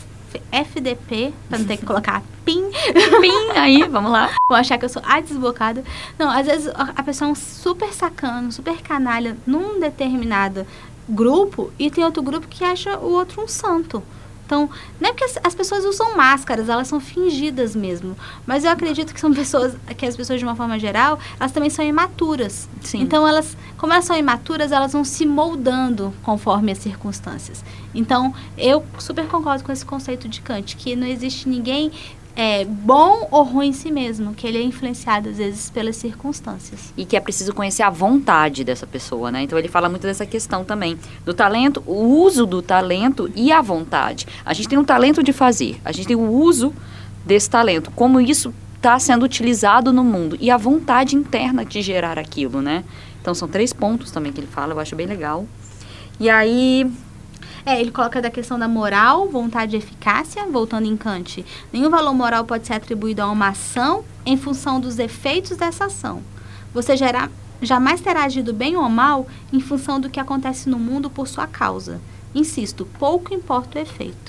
F D P, pra não ter que colocar pim, pim, aí, vamos lá. Vão achar que eu sou a desbocada. Não, às vezes a pessoa é um super sacano, super canalha num determinado grupo e tem outro grupo que acha o outro um santo. Então, não é porque as, as pessoas usam máscaras, elas são fingidas mesmo. Mas eu acredito que são pessoas, que as pessoas de uma forma geral, elas também são imaturas. Sim. Então, elas, como elas são imaturas, elas vão se moldando conforme as circunstâncias. Então, eu super concordo com esse conceito de Kant, que não existe ninguém é, bom ou ruim em si mesmo, que ele é influenciado às vezes pelas circunstâncias. E que é preciso conhecer a vontade dessa pessoa, né? Então ele fala muito dessa questão também, do talento, o uso do talento e a vontade. A gente tem um talento de fazer, a gente tem o uso desse talento, como isso está sendo utilizado no mundo e a vontade interna de gerar aquilo, né? Então são três pontos também que ele fala, eu acho bem legal. E aí... É, ele coloca da questão da moral, vontade e eficácia, voltando em Kant. Nenhum valor moral pode ser atribuído a uma ação em função dos efeitos dessa ação. Você gerá, jamais terá agido bem ou mal em função do que acontece no mundo por sua causa. Insisto, pouco importa o efeito.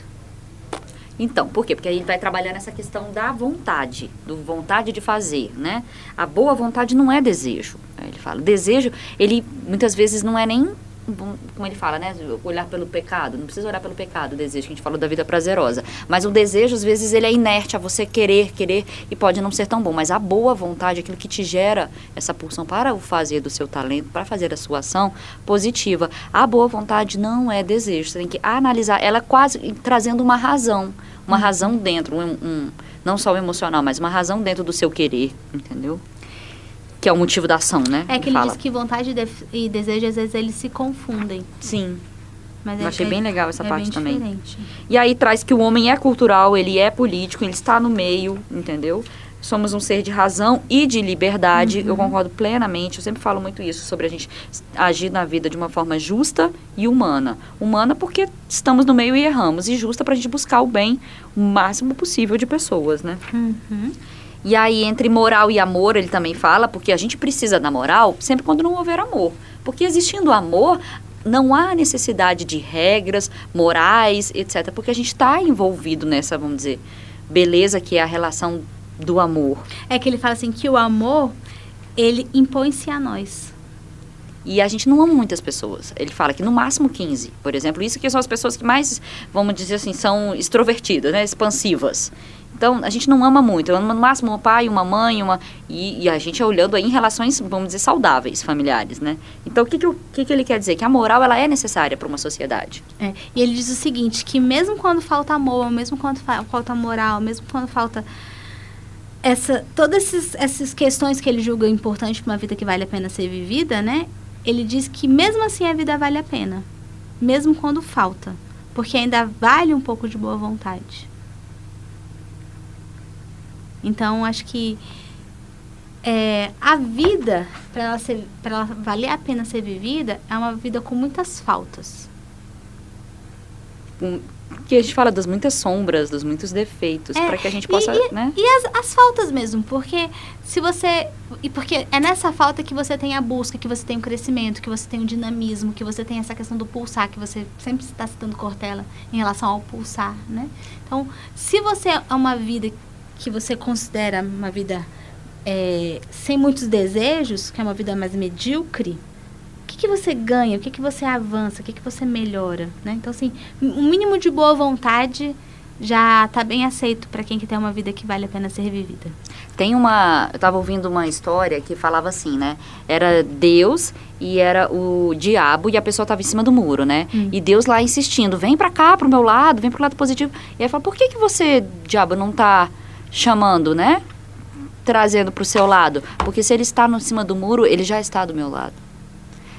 Então, por quê? Porque a gente vai trabalhar nessa questão da vontade, do vontade de fazer, né? A boa vontade não é desejo. Ele fala, desejo, ele muitas vezes não é nem... como ele fala, né, olhar pelo pecado, não precisa olhar pelo pecado, o desejo que a gente falou da vida prazerosa, mas o desejo às vezes ele é inerte a você querer, querer e pode não ser tão bom, mas a boa vontade, aquilo que te gera essa pulsão para o fazer do seu talento, para fazer a sua ação positiva, a boa vontade não é desejo, você tem que analisar ela quase trazendo uma razão, uma razão dentro, um, um, não só o emocional, mas uma razão dentro do seu querer, entendeu? Que é o motivo da ação, né? É que ele diz que vontade e desejo, às vezes, eles se confundem. Sim. Mas eu é, achei é, bem legal essa é parte bem também. Diferente. E aí traz que o homem é cultural, ele é político, ele está no meio, entendeu? Somos um ser de razão e de liberdade. Uhum. Eu concordo plenamente, eu sempre falo muito isso, sobre a gente agir na vida de uma forma justa e humana. Humana porque estamos no meio e erramos, e justa para a gente buscar o bem o máximo possível de pessoas, né? Uhum. E aí, entre moral e amor, ele também fala, porque a gente precisa da moral sempre quando não houver amor. Porque existindo amor, não há necessidade de regras, morais, etcétera. Porque a gente está envolvido nessa, vamos dizer, beleza que é a relação do amor. É que ele fala assim, que o amor, ele impõe-se a nós. E a gente não ama muitas pessoas. Ele fala que no máximo quinze, por exemplo. Isso que são as pessoas que mais, vamos dizer assim, são extrovertidas, né, expansivas. Então, a gente não ama muito. Eu amo no máximo um pai, uma mãe, uma... E, e a gente é olhando aí em relações, vamos dizer, saudáveis, familiares, né? Então, o que, que, o que, que ele quer dizer? Que a moral, ela é necessária para uma sociedade. É, e ele diz o seguinte, que mesmo quando falta amor, mesmo quando fa- falta moral, mesmo quando falta... Essa, todas esses, essas questões que ele julga importantes para uma vida que vale a pena ser vivida, né? Ele diz que mesmo assim a vida vale a pena. Mesmo quando falta. Porque ainda vale um pouco de boa vontade. Então, acho que é, a vida, para ela, ser, para ela valer a pena ser vivida, é uma vida com muitas faltas. Um, que a gente fala das muitas sombras, dos muitos defeitos, É, para que a gente possa, e, né? E as, as faltas mesmo, porque se você... E porque é nessa falta que você tem a busca, que você tem o crescimento, que você tem o dinamismo, que você tem essa questão do pulsar, que você sempre está citando Cortella em relação ao pulsar, né? Então, se você é uma vida que você considera uma vida é, sem muitos desejos, que é uma vida mais medíocre, o que, que você ganha? O que, que você avança? O que, que você melhora? Né? Então, assim, um mínimo de boa vontade já está bem aceito para quem quer ter uma vida que vale a pena ser vivida. Tem uma... Eu estava ouvindo uma história que falava assim, né? Era Deus e era o diabo e a pessoa estava em cima do muro, né? Hum. E Deus lá insistindo, vem para cá, pro meu lado, vem pro lado positivo. E aí fala, por que que você, diabo, não tá chamando, né? Trazendo pro seu lado. Porque se ele está no cima do muro, ele já está do meu lado.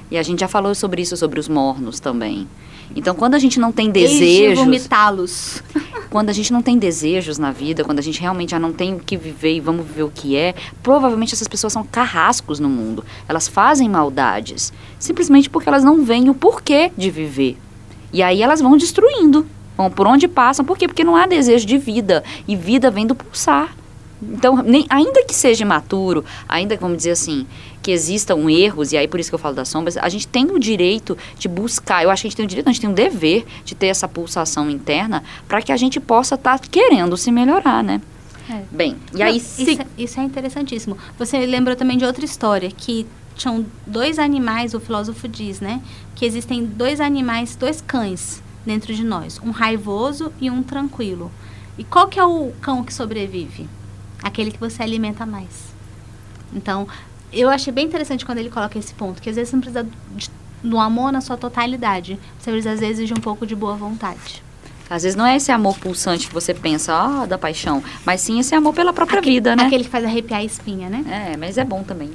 E a gente já falou sobre isso, sobre os mornos também. Então, quando a gente não tem desejos... Desde vomitá-los. Quando a gente não tem desejos na vida, quando a gente realmente já não tem o que viver e vamos viver o que é, provavelmente essas pessoas são carrascos no mundo. Elas fazem maldades, simplesmente porque elas não veem o porquê de viver. E aí elas vão destruindo, vão por onde passam. Por quê? Porque não há desejo de vida. E vida vem do pulsar. Então, nem, ainda que seja imaturo, ainda que, vamos dizer assim, que existam erros, e aí por isso que eu falo das sombras, a gente tem o direito de buscar, eu acho que a gente tem o direito, não, a gente tem o dever de ter essa pulsação interna para que a gente possa estar tá querendo se melhorar, né? É. Bem, e aí... Não, se... isso, isso é interessantíssimo. Você lembrou também de outra história, que tinham dois animais, o filósofo diz, né? Que existem dois animais, dois cães dentro de nós, um raivoso e um tranquilo. E qual que é o cão que sobrevive? Aquele que você alimenta mais. Então, eu achei bem interessante quando ele coloca esse ponto, que às vezes você não precisa de, do amor na sua totalidade. Você precisa, às vezes, de um pouco de boa vontade. Às vezes não é esse amor pulsante que você pensa, ah, da paixão, mas sim esse amor pela própria aquele, vida, né? Aquele que faz arrepiar a espinha, né? É, mas é bom também.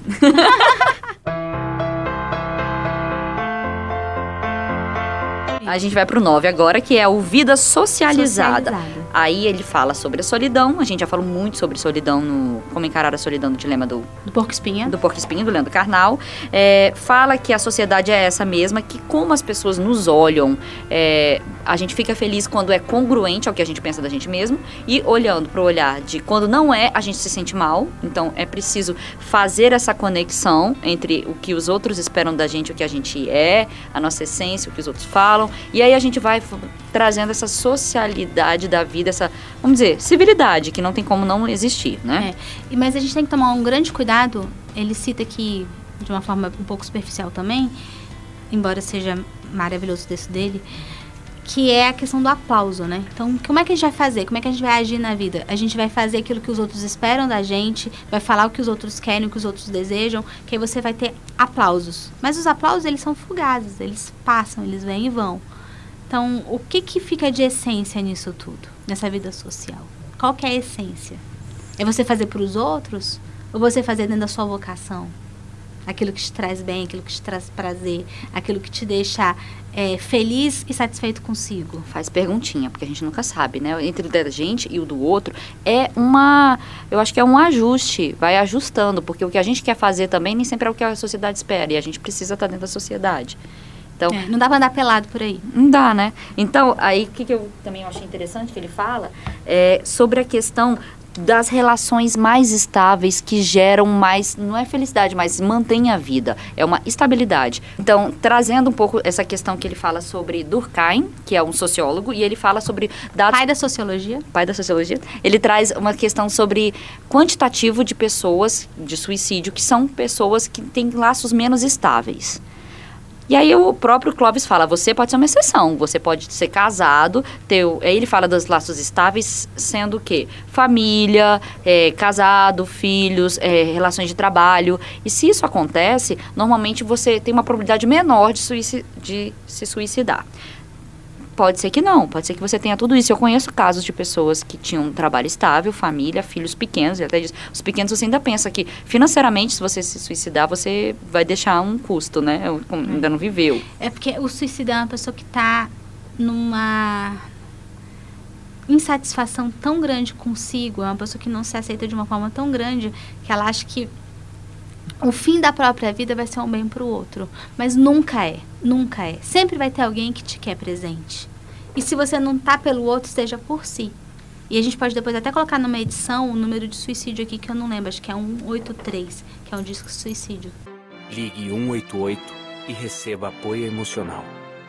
A gente vai pro nove agora, que é o Vida Socializada. Socializada. Aí ele fala sobre a solidão. A gente já falou muito sobre solidão, no Como Encarar a Solidão, do dilema do... Do porco-espinha. Do porco-espinho, do Leandro Carnal. É, fala que a sociedade é essa mesma, que como as pessoas nos olham, é, a gente fica feliz quando é congruente ao que a gente pensa da gente mesmo. E olhando pro olhar de quando não é, a gente se sente mal. Então é preciso fazer essa conexão entre o que os outros esperam da gente, o que a gente é, a nossa essência, o que os outros falam. E aí a gente vai f- trazendo essa socialidade da vida, essa, vamos dizer, civilidade, que não tem como não existir, né? É. Mas a gente tem que tomar um grande cuidado. Ele cita aqui, de uma forma um pouco superficial também, embora seja maravilhoso o texto dele, que é a questão do aplauso, né? Então, como é que a gente vai fazer? Como é que a gente vai agir na vida? A gente vai fazer aquilo que os outros esperam da gente, vai falar o que os outros querem, o que os outros desejam, que aí você vai ter aplausos. Mas os aplausos, eles são fugazes, eles passam, eles vêm e vão. Então, o que que fica de essência nisso tudo, nessa vida social? Qual que é a essência? É você fazer para os outros? Ou você fazer dentro da sua vocação? Aquilo que te traz bem, aquilo que te traz prazer, aquilo que te deixa é, feliz e satisfeito consigo. Faz perguntinha, porque a gente nunca sabe, né? Entre o da gente e o do outro é uma... Eu acho que é um ajuste, vai ajustando, porque o que a gente quer fazer também nem sempre é o que a sociedade espera, e a gente precisa estar dentro da sociedade. Então, é, não dá pra andar pelado por aí. Não dá, né? Então, aí, o que, que eu também achei interessante que ele fala é sobre a questão das relações mais estáveis que geram mais, não é felicidade, mas mantém a vida, é uma estabilidade. Então, trazendo um pouco essa questão que ele fala sobre Durkheim, que é um sociólogo, e ele fala sobre dados... Pai da sociologia. Pai da sociologia. Ele traz uma questão sobre quantitativo de pessoas de suicídio, que são pessoas que têm laços menos estáveis. E aí o próprio Clóvis fala, você pode ser uma exceção, você pode ser casado, ter, aí ele fala dos laços estáveis sendo o quê? Família, é, casado, filhos, é, relações de trabalho. E se isso acontece, normalmente você tem uma probabilidade menor de, suici- de se suicidar. Pode ser que não, pode ser que você tenha tudo isso. Eu conheço casos de pessoas que tinham um trabalho estável, família, filhos pequenos, ele até diz, os pequenos você ainda pensa que financeiramente, se você se suicidar, você vai deixar um custo, né? Ainda não viveu. É porque o suicídio é uma pessoa que está numa insatisfação tão grande consigo, é uma pessoa que não se aceita de uma forma tão grande que ela acha que o fim da própria vida vai ser um bem para o outro. Mas nunca é, nunca é. Sempre vai ter alguém que te quer presente. E se você não tá pelo outro, esteja por si. E a gente pode depois até colocar numa edição o número de suicídio aqui, que eu não lembro, acho que é um oito três, que é um disco de suicídio. Ligue um oito oito e receba apoio emocional.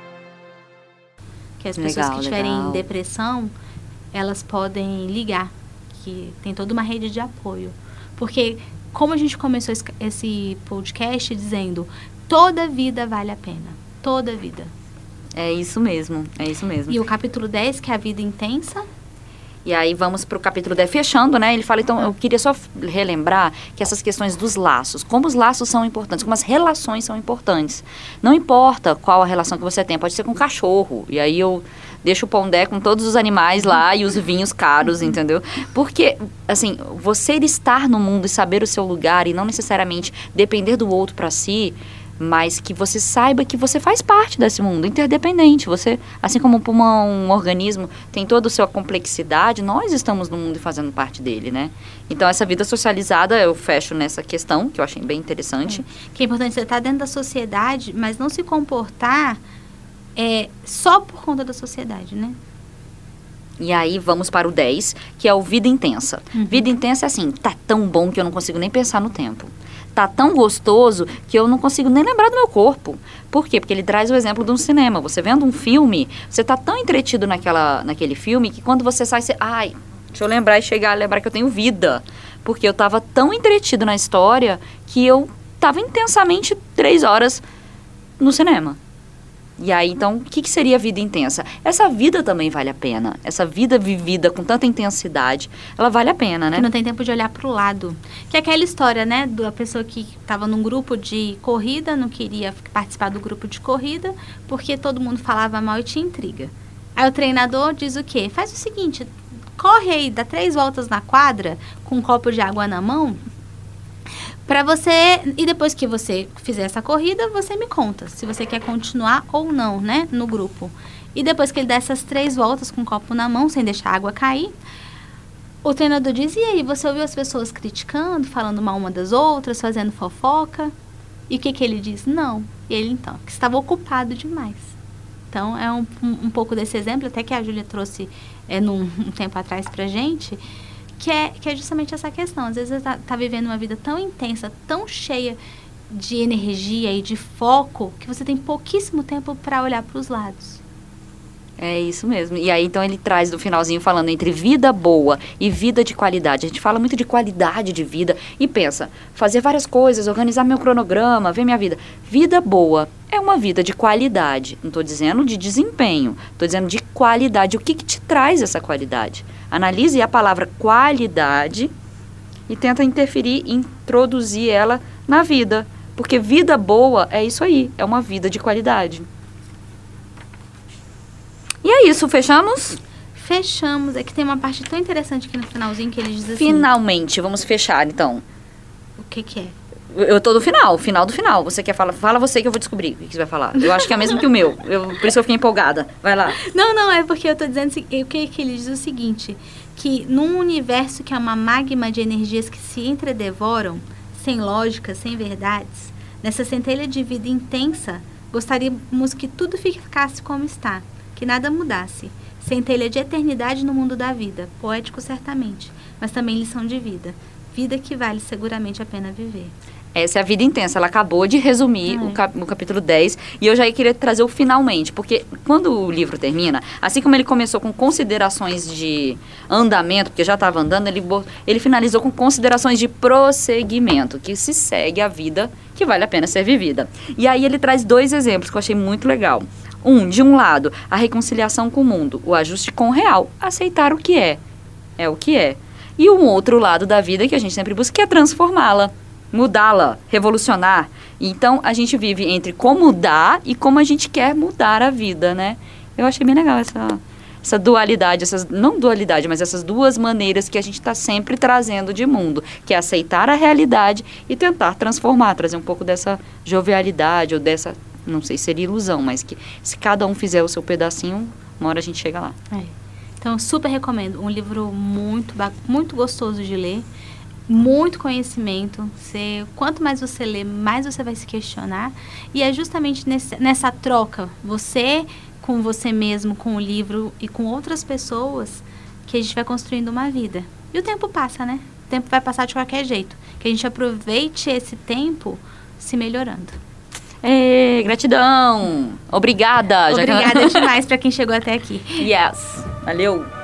Que as pessoas Legal, que estiverem legal. em depressão, elas podem ligar, que tem toda uma rede de apoio. Porque... Como a gente começou esse, esse podcast dizendo, toda vida vale a pena. Toda vida. É isso mesmo, é isso mesmo. E o capítulo dez, que é a vida intensa. E aí vamos para o capítulo dez, fechando, né? Ele fala, então, eu queria só relembrar que essas questões dos laços, como os laços são importantes, como as relações são importantes. Não importa qual a relação que você tem, pode ser com um cachorro. E aí eu deixo o pondé com todos os animais lá e os vinhos caros, entendeu? Porque, assim, você estar no mundo e saber o seu lugar e não necessariamente depender do outro para si, mas que você saiba que você faz parte desse mundo interdependente. Você, assim como uma, um organismo tem toda a sua complexidade, nós estamos no mundo e fazendo parte dele, né? Então, essa vida socializada, eu fecho nessa questão, que eu achei bem interessante. É. Que é importante você estar dentro da sociedade, mas não se comportar é, só por conta da sociedade, né? E aí, vamos para o dez, que é o vida intensa. Uhum. Vida intensa é assim, tá tão bom que eu não consigo nem pensar no tempo. Tá tão gostoso que eu não consigo nem lembrar do meu corpo. Por quê? Porque ele traz o exemplo de um cinema. Você vendo um filme, você tá tão entretido naquela, naquele filme que quando você sai, você... Ai, deixa eu lembrar e chegar a lembrar que eu tenho vida. Porque eu tava tão entretido na história que eu tava intensamente três horas no cinema. E aí, então, o que, que seria a vida intensa? Essa vida também vale a pena. Essa vida vivida com tanta intensidade, ela vale a pena, né? Que não tem tempo de olhar pro lado. Que é aquela história, né? Da pessoa que estava num grupo de corrida, não queria participar do grupo de corrida, porque todo mundo falava mal e tinha intriga. Aí o treinador diz o quê? Faz o seguinte, corre aí, dá três voltas na quadra, com um copo de água na mão... Pra você, e depois que você fizer essa corrida, você me conta se você quer continuar ou não, né, no grupo. E depois que ele dá essas três voltas com o copo na mão, sem deixar a água cair, o treinador diz, e aí, você ouviu as pessoas criticando, falando mal uma das outras, fazendo fofoca? E o que que ele diz? Não. E ele, então, que estava ocupado demais. Então, é um, um, um pouco desse exemplo, até que a Júlia trouxe é, num, um tempo atrás pra gente... Que é, que é justamente essa questão. Às vezes você está tá vivendo uma vida tão intensa, tão cheia de energia e de foco, que você tem pouquíssimo tempo para olhar para os lados. É isso mesmo. E aí, então, ele traz no finalzinho falando entre vida boa e vida de qualidade. A gente fala muito de qualidade de vida e pensa, fazer várias coisas, organizar meu cronograma, ver minha vida. Vida boa é uma vida de qualidade. Não estou dizendo de desempenho, estou dizendo de qualidade. O que, que te traz essa qualidade? Analise a palavra qualidade e tenta interferir, introduzir ela na vida. Porque vida boa é isso aí, é uma vida de qualidade. E é isso, fechamos? Fechamos. É que tem uma parte tão interessante aqui no finalzinho que ele diz assim... Finalmente, vamos fechar então. O que que é? Eu tô no final, final do final. Você quer falar? Fala você que eu vou descobrir o que você vai falar. Eu acho que é mesmo que o meu. Eu, por isso eu fiquei empolgada. Vai lá. Não, não, é porque eu tô dizendo o que, que ele diz o seguinte, que num universo que é uma magma de energias que se entredevoram, sem lógica, sem verdades, nessa centelha de vida intensa, gostaríamos que tudo ficasse como está, que nada mudasse. Centelha de eternidade no mundo da vida, poético certamente, mas também lição de vida. Vida que vale seguramente a pena viver. Essa é a vida intensa. Ela acabou de resumir ah, é. o, cap- o capítulo dez. E eu já queria trazer o finalmente. Porque quando o livro termina, assim como ele começou com considerações de andamento, porque já estava andando, ele, bo- ele finalizou com considerações de prosseguimento, que se segue a vida que vale a pena ser vivida. E aí ele traz dois exemplos que eu achei muito legal. Um, de um lado, a reconciliação com o mundo, o ajuste com o real, aceitar o que é. É o que é. E um outro lado da vida que a gente sempre busca, que é transformá-la, mudá-la, revolucionar. Então, a gente vive entre como dar e como a gente quer mudar a vida, né? Eu achei bem legal essa, essa dualidade, essas, não dualidade, mas essas duas maneiras que a gente está sempre trazendo de mundo, que é aceitar a realidade e tentar transformar, trazer um pouco dessa jovialidade ou dessa, não sei se seria ilusão, mas que se cada um fizer o seu pedacinho, uma hora a gente chega lá. É. Então, super recomendo. Um livro muito, muito gostoso de ler. Muito conhecimento. Você, quanto mais você lê, mais você vai se questionar. E é justamente nesse, nessa troca, você com você mesmo, com o livro e com outras pessoas, que a gente vai construindo uma vida. E o tempo passa, né? O tempo vai passar de qualquer jeito. Que a gente aproveite esse tempo se melhorando. Ei, gratidão! Obrigada! Obrigada demais para quem chegou até aqui. Yes! Valeu!